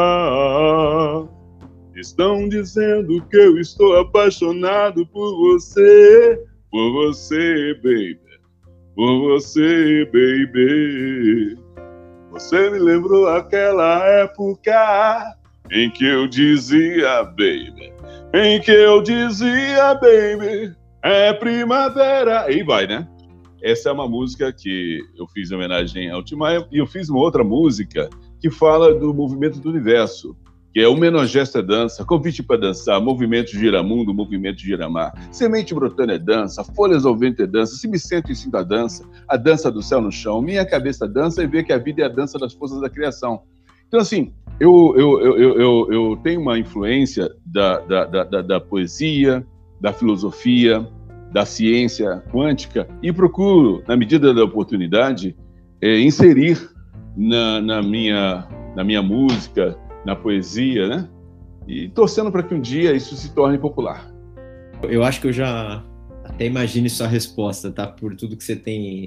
Estão dizendo que eu estou apaixonado por você, baby, por você, baby. Você me lembrou aquela época em que eu dizia, baby, é primavera. E vai, né? Essa é uma música que eu fiz em homenagem ao Tim Maia, e eu fiz uma outra música que fala do movimento do universo, que é o Menogesta Dança, Convite para Dançar, Movimento Giramundo, Movimento Giramar, Semente Brotando é Dança, Folhas ao Vento é Dança, Se Me Sento e Sinto a dança do céu no chão, Minha Cabeça Dança e Vê que a Vida é a Dança das Forças da Criação. Então, assim, eu tenho uma influência da poesia, da filosofia, da ciência quântica e procuro, na medida da oportunidade, inserir na minha música, na poesia, né? E torcendo para que um dia isso se torne popular. Eu acho que eu já até imagino sua resposta, tá? Por tudo que você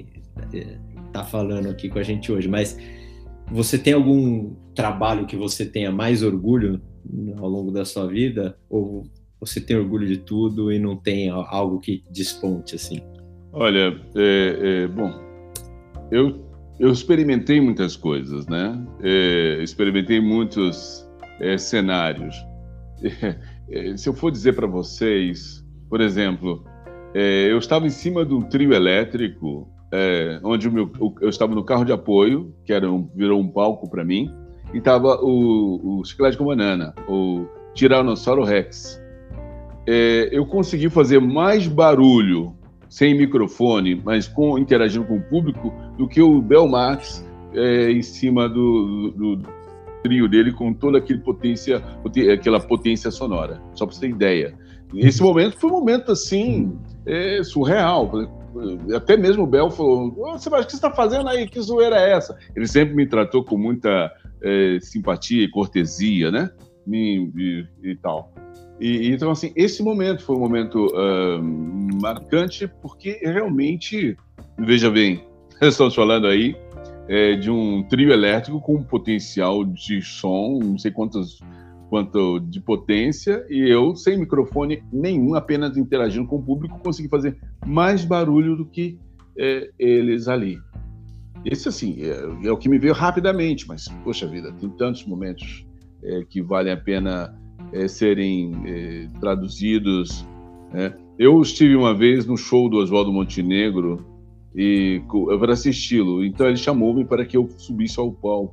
tá falando aqui com a gente hoje, mas você tem algum trabalho que você tenha mais orgulho ao longo da sua vida? Ou você tem orgulho de tudo e não tem algo que desponte, assim? Olha, bom, eu experimentei muitas coisas, né? Experimentei muitos cenários. Se eu for dizer para vocês, por exemplo, eu estava em cima de um trio elétrico, onde eu estava no carro de apoio, que virou um palco para mim, e estava o Chiclete com Banana, o Tiranossauro Rex. Eu consegui fazer mais barulho sem microfone, mas interagindo com o público, do que o Bel Max em cima do trio dele, com toda aquela potência sonora. Só para você ter ideia. Esse momento foi um momento assim surreal. Até mesmo o Bel falou: Sebastião, o que você está fazendo aí? Que zoeira é essa? Ele sempre me tratou com muita simpatia e cortesia, né? E tal. Então, assim, esse momento foi um momento marcante, porque realmente, veja bem, estamos falando aí de um trio elétrico com um potencial de som, não sei quanto de potência, e eu, sem microfone nenhum, apenas interagindo com o público, consegui fazer mais barulho do que eles ali. Esse, assim, é o que me veio rapidamente, mas, poxa vida, tem tantos momentos que valem a pena serem traduzidos. Eu estive uma vez no show do Oswaldo Montenegro para assisti-lo, então ele chamou-me para que eu subisse ao palco.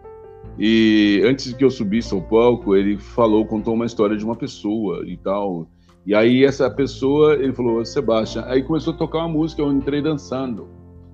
E antes de que eu subisse ao palco, ele contou uma história de uma pessoa e tal. E aí essa pessoa, ele falou: Sebastião, aí começou a tocar uma música, eu entrei dançando.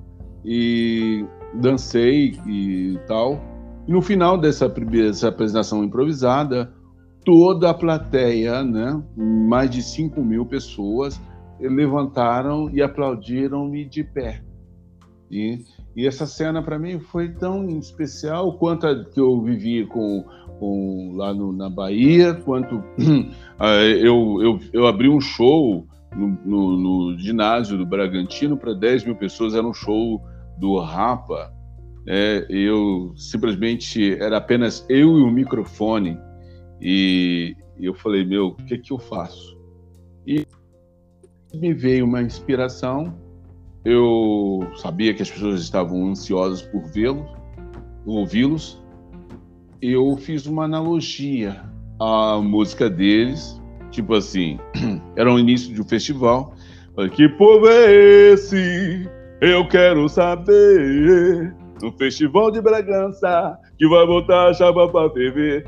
E dancei e tal. E no final dessa apresentação improvisada, toda a plateia, né, mais de 5.000 pessoas, levantaram e aplaudiram-me de pé. E essa cena, para mim, foi tão especial quanto a que eu vivi lá na Bahia, quanto eu abri um show no ginásio do Bragantino para 10.000 pessoas, era um show do Rapa. Eu simplesmente, era apenas eu e o microfone, e eu falei, meu, o que eu faço? E me veio uma inspiração. Eu sabia que as pessoas estavam ansiosas por ouvi-los. Eu fiz uma analogia à música deles, tipo assim, era o início de um festival. Falei, que povo é esse? Eu quero saber. No Festival de Bragança, que vai botar a chapa pra TV,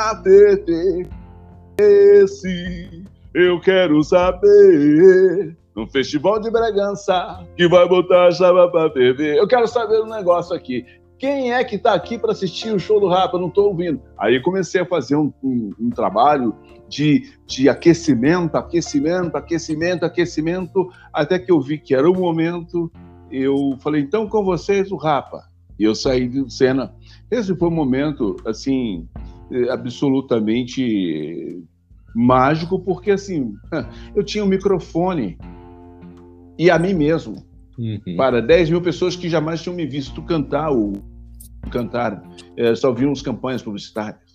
esse, eu quero saber. No Festival de Bragança, que vai botar a chapa pra TV. Eu quero saber um negócio aqui. Quem é que tá aqui para assistir o show do Rapa? Eu não tô ouvindo. Aí comecei a fazer um trabalho de aquecimento, até que eu vi que era o momento. Eu falei, então com vocês o Rapa. E eu saí de cena. Esse foi um momento, assim, absolutamente mágico, porque, assim, eu tinha um microfone e a mim mesmo, para 10.000 pessoas que jamais tinham me visto cantar, só viam as campanhas publicitárias.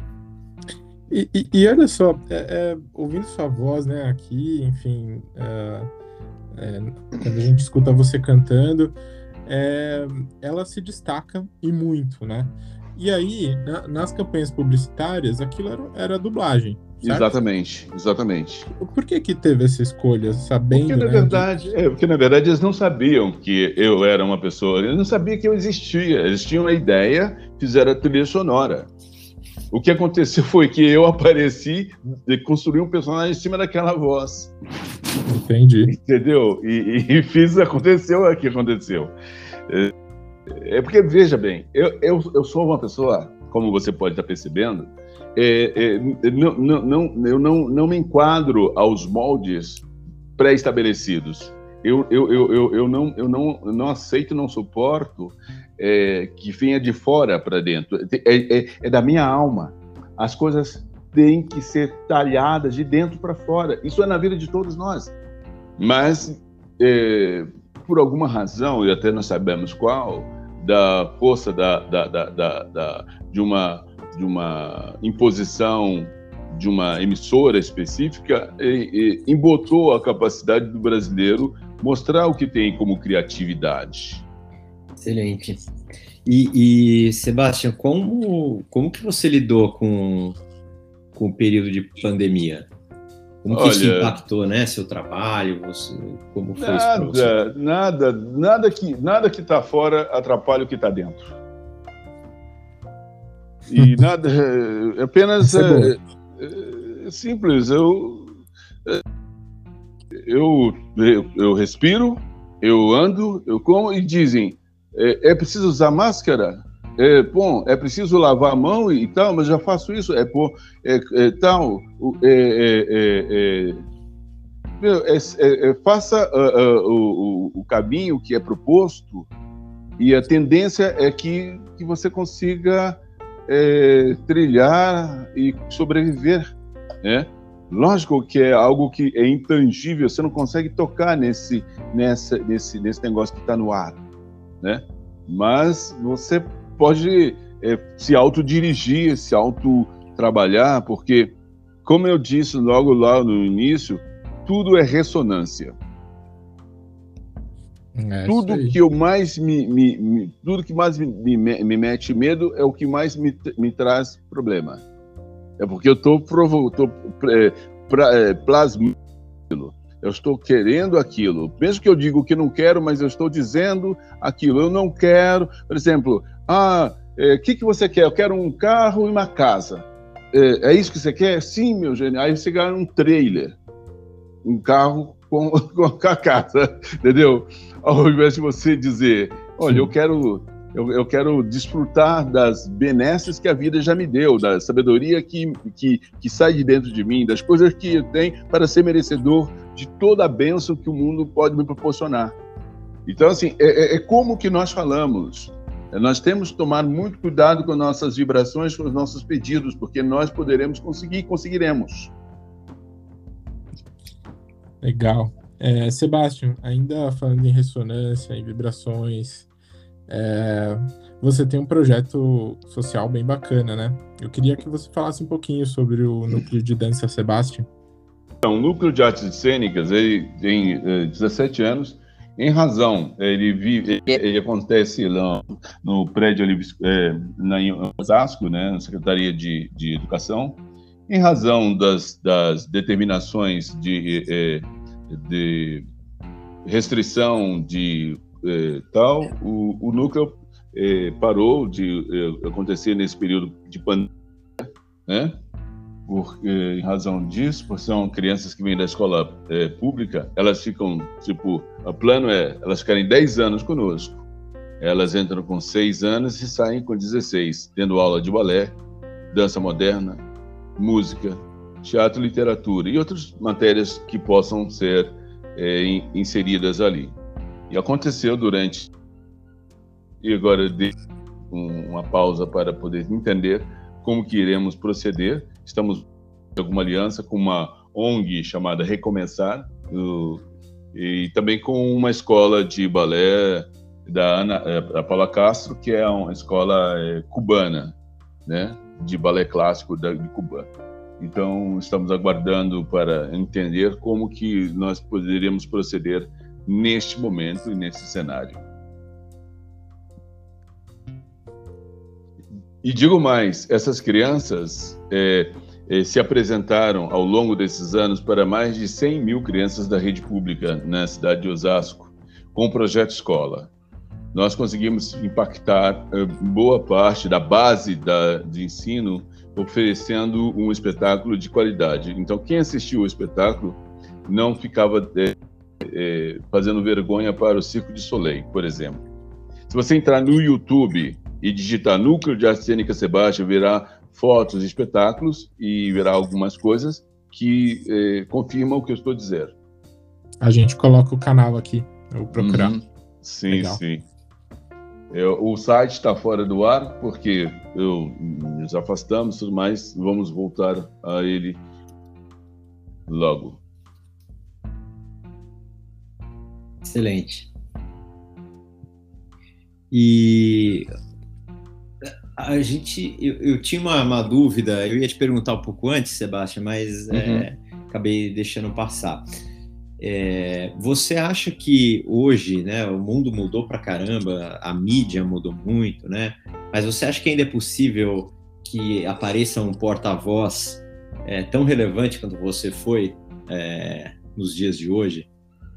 E olha só, ouvindo sua voz, né, aqui, enfim, quando a gente escuta você cantando, ela se destaca e muito, né? E aí, nas campanhas publicitárias, aquilo era dublagem, certo? Exatamente. Por que teve essa escolha, sabendo, porque, na verdade, eles não sabiam que eu era uma pessoa, eles não sabiam que eu existia, eles tinham a ideia, fizeram a trilha sonora. O que aconteceu foi que eu apareci e construí um personagem em cima daquela voz. Entendi. Entendeu? E aconteceu o que aconteceu. Porque, veja bem, eu sou uma pessoa, como você pode estar percebendo, eu não me enquadro aos moldes pré-estabelecidos. Eu não aceito, não suporto que venha de fora para dentro. É da minha alma. As coisas têm que ser talhadas de dentro para fora. Isso é na vida de todos nós. Mas, por alguma razão, e até nós sabemos qual, da força de uma imposição de uma emissora específica, embotou a capacidade do brasileiro mostrar o que tem como criatividade. Excelente. E Sebastião, como que você lidou com o período de pandemia? Como que isso impactou, né, seu trabalho? Como foi isso para você? Nada que está fora atrapalha o que está dentro. E nada, apenas simples. Eu respiro, eu ando, eu como, e dizem, é preciso usar máscara? É preciso lavar a mão e tal, mas já faço isso. Faça o caminho que é proposto, e a tendência é que você consiga trilhar e sobreviver, né? Lógico que é algo que é intangível, você não consegue tocar nesse negócio que está no ar, né? Mas você pode se autodirigir, se autotrabalhar, porque, como eu disse logo lá no início, tudo é ressonância. Tudo que mais me mete medo é o que mais me traz problema. É porque eu estou plasmando aquilo. Eu estou querendo aquilo. Mesmo que eu diga o que não quero, mas eu estou dizendo aquilo. Eu não quero, por exemplo, que você quer? Eu quero um carro e uma casa. É isso que você quer? Sim, meu gênio. Aí você ganha um trailer. Um carro com a casa, entendeu? Ao invés de você dizer, olha, eu quero Eu quero desfrutar das benesses que a vida já me deu, da sabedoria que sai de dentro de mim, das coisas que eu tenho para ser merecedor de toda a bênção que o mundo pode me proporcionar. Então, assim, é como que nós falamos. Nós temos que tomar muito cuidado com nossas vibrações, com os nossos pedidos, porque nós poderemos conseguir e conseguiremos. Legal. Sebastian, ainda falando em ressonância, em vibrações, você tem um projeto social bem bacana, né? Eu queria que você falasse um pouquinho sobre o Núcleo de Dança Sebastian. Então, o Núcleo de Artes Cênicas, ele tem 17 anos. Em razão, ele acontece lá no prédio ali, em Osasco, né, na Secretaria de Educação. Em razão das determinações de restrição de tal, o núcleo parou de acontecer nesse período de pandemia, né? Em razão disso, porque são crianças que vêm da escola pública, elas ficam, o plano elas ficarem 10 anos conosco. Elas entram com 6 anos e saem com 16, tendo aula de balé, dança moderna, música, teatro, literatura e outras matérias que possam ser inseridas ali. E aconteceu e agora dei uma pausa para poder entender como que iremos proceder. Estamos em alguma aliança com uma ONG chamada Recomeçar, e também com uma escola de balé da Paula Castro, que é uma escola cubana, né, de balé clássico de Cuba. Então, estamos aguardando para entender como que nós poderíamos proceder neste momento e nesse cenário. E digo mais, essas crianças se apresentaram ao longo desses anos para mais de 100 mil crianças da rede pública na cidade de Osasco, com o Projeto Escola. Nós conseguimos impactar boa parte da base de ensino, oferecendo um espetáculo de qualidade. Então, quem assistiu o espetáculo não ficava fazendo vergonha para o Circo de Soleil, por exemplo. Se você entrar no YouTube e digitar Núcleo de Arte Cênica Sebastian, verá fotos e espetáculos e verá algumas coisas que confirmam o que eu estou dizendo. A gente coloca o canal aqui, eu vou procurar. Sim, legal. Sim. O site está fora do ar porque nos afastamos, mas vamos voltar a ele logo. Excelente. E eu tinha uma dúvida, eu ia te perguntar um pouco antes, Sebastian, mas acabei deixando passar. Você acha que hoje, né, o mundo mudou pra caramba, a mídia mudou muito, né? Mas você acha que ainda é possível que apareça um porta-voz tão relevante quanto você foi nos dias de hoje?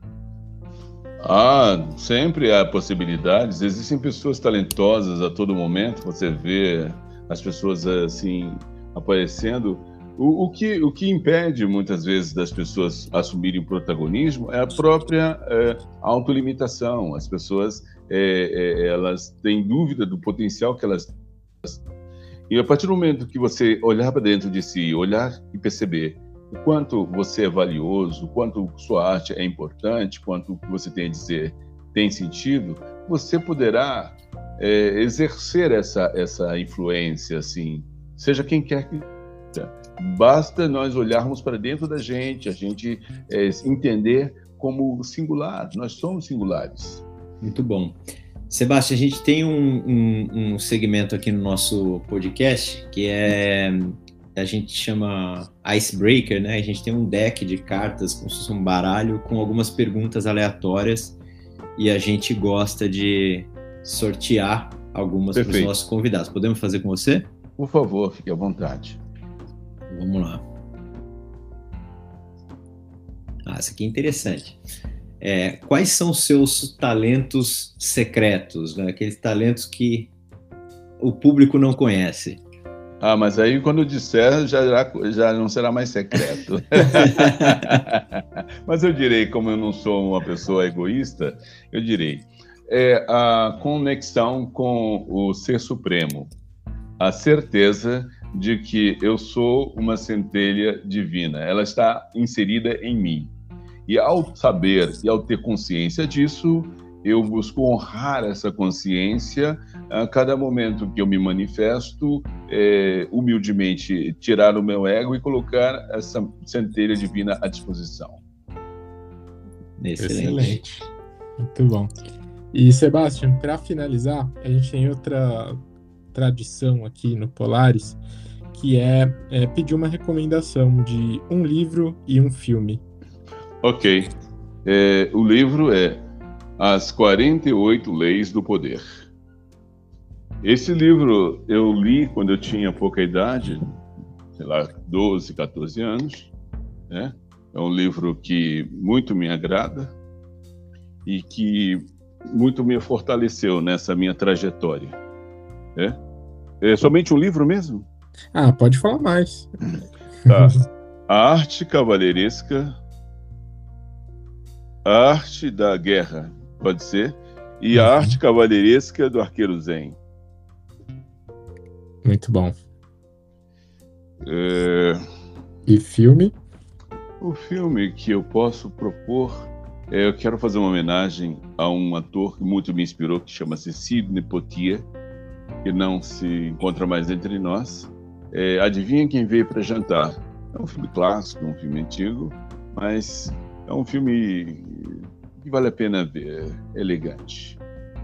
Sempre há possibilidades. Existem pessoas talentosas a todo momento. Você vê as pessoas assim aparecendo. O que impede muitas vezes das pessoas assumirem o protagonismo é a própria autolimitação. As pessoas elas têm dúvida do potencial que elas têm. E a partir do momento que você olhar para dentro de si, olhar e perceber o quanto você é valioso, o quanto sua arte é importante, quanto o que você tem a dizer tem sentido, você poderá exercer essa influência, assim, seja quem quer que seja. Basta nós olharmos para dentro da gente, a gente entender como singular, nós somos singulares. Muito bom. Sebastian, a gente tem um segmento aqui no nosso podcast que a gente chama Icebreaker, né? A gente tem um deck de cartas, como se fosse um baralho, com algumas perguntas aleatórias e a gente gosta de sortear algumas para os nossos convidados. Podemos fazer com você? Por favor, fique à vontade. Vamos lá. Essa aqui é interessante. Quais são os seus talentos secretos, né? Aqueles talentos que o público não conhece? Mas aí quando eu disser já não será mais secreto. Mas eu direi, como eu não sou uma pessoa egoísta, eu direi, é a conexão com o Ser Supremo, a certeza de que eu sou uma centelha divina, ela está inserida em mim. E ao saber e ao ter consciência disso, eu busco honrar essa consciência a cada momento que eu me manifesto, humildemente tirar o meu ego e colocar essa centelha divina à disposição. Excelente. Muito bom. E, Sebastian, para finalizar, a gente tem outra tradição aqui no Polaris, que é pedir uma recomendação de um livro e um filme. Ok. O livro é As 48 Leis do Poder. Esse livro eu li quando eu tinha pouca idade, sei lá, 12, 14 anos, né? É um livro que muito me agrada e que muito me fortaleceu nessa minha trajetória. É somente um livro mesmo? Pode falar mais. Tá. A arte cavalheiresca, a arte da guerra, pode ser, e a arte cavalheiresca do arqueiro zen. Muito bom. E filme? O filme que eu posso propor, eu quero fazer uma homenagem a um ator que muito me inspirou, que chama-se Sidney Poitier, que não se encontra mais entre nós. Adivinha quem veio para jantar? É um filme clássico, um filme antigo, mas é um filme que vale a pena ver, elegante.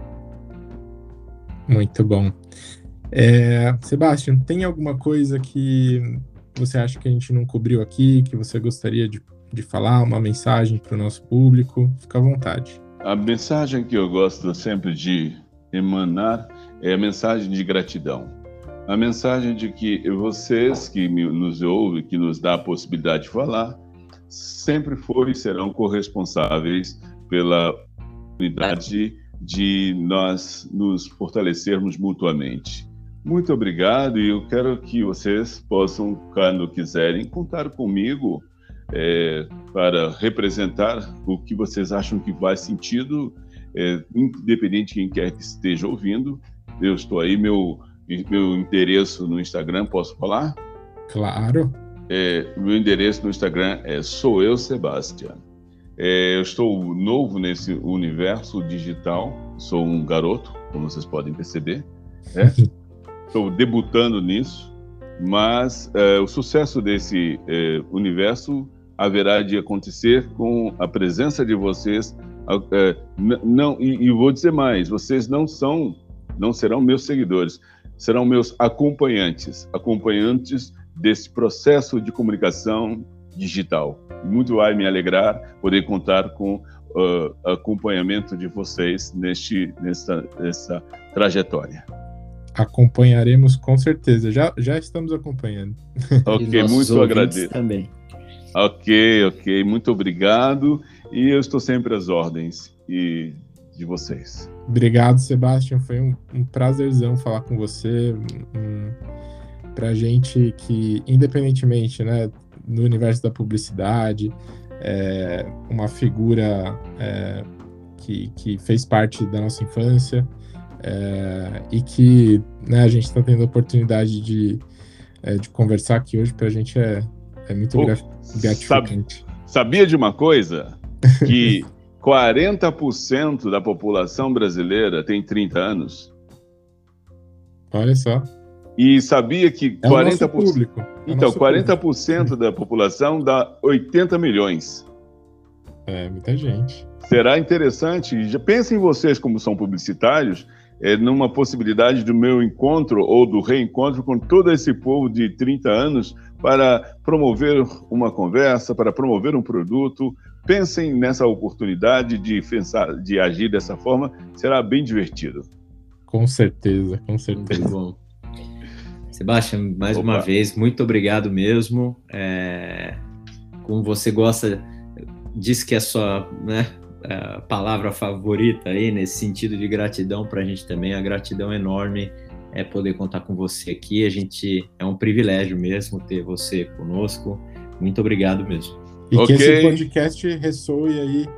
Muito bom. Sebastian, tem alguma coisa que você acha que a gente não cobriu aqui, que você gostaria de falar, uma mensagem para o nosso público? Fica à vontade. A mensagem que eu gosto sempre de emanar é a mensagem de gratidão. A mensagem de que vocês que nos ouvem, que nos dá a possibilidade de falar, sempre foram e serão corresponsáveis pela oportunidade de nós nos fortalecermos mutuamente. Muito obrigado, e eu quero que vocês possam, quando quiserem, contar comigo para representar o que vocês acham que faz sentido, independente de quem quer que esteja ouvindo. Eu estou aí, meu endereço no Instagram, posso falar? Claro. Meu endereço no Instagram é Sou Eu Sebastian. Eu estou novo nesse universo digital, sou um garoto, como vocês podem perceber. Estou debutando nisso, mas o sucesso desse universo haverá de acontecer com a presença de vocês. E vou dizer mais, vocês não serão meus seguidores, serão meus acompanhantes desse processo de comunicação digital. Muito vai me alegrar poder contar com acompanhamento de vocês nessa trajetória. Acompanharemos com certeza, já estamos acompanhando. Ok, muito agradeço. Também. Ok, muito obrigado, e eu estou sempre às ordens de vocês. Obrigado, Sebastian, foi um prazerzão falar com você. Pra gente que, independentemente, né, no universo da publicidade, uma figura que fez parte da nossa infância, e que, né, a gente está tendo a oportunidade de conversar aqui hoje, pra gente é muito gratificante. Sabia de uma coisa? Que 40% da população brasileira tem 30 anos. Olha só. E sabia que 40%, público. Então, 40% da população dá 80 milhões. Muita gente. Será interessante, já pensem vocês como são publicitários, numa possibilidade do meu encontro ou do reencontro com todo esse povo de 30 anos para promover uma conversa, para promover um produto. Pensem nessa oportunidade de agir dessa forma, será bem divertido. Com certeza, com certeza. Muito bom. Sebastian, mais uma vez, muito obrigado mesmo. Como você gosta, diz que é a sua palavra favorita aí, nesse sentido de gratidão para a gente também. A gratidão enorme é poder contar com você aqui. É um privilégio mesmo ter você conosco. Muito obrigado mesmo. E que esse podcast ressoe aí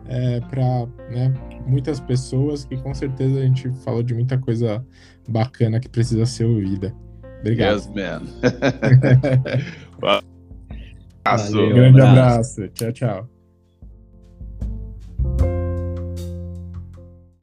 para, né, muitas pessoas, que com certeza a gente falou de muita coisa bacana que precisa ser ouvida. Obrigado. Yes, man. Valeu, grande abraço. Tchau, tchau.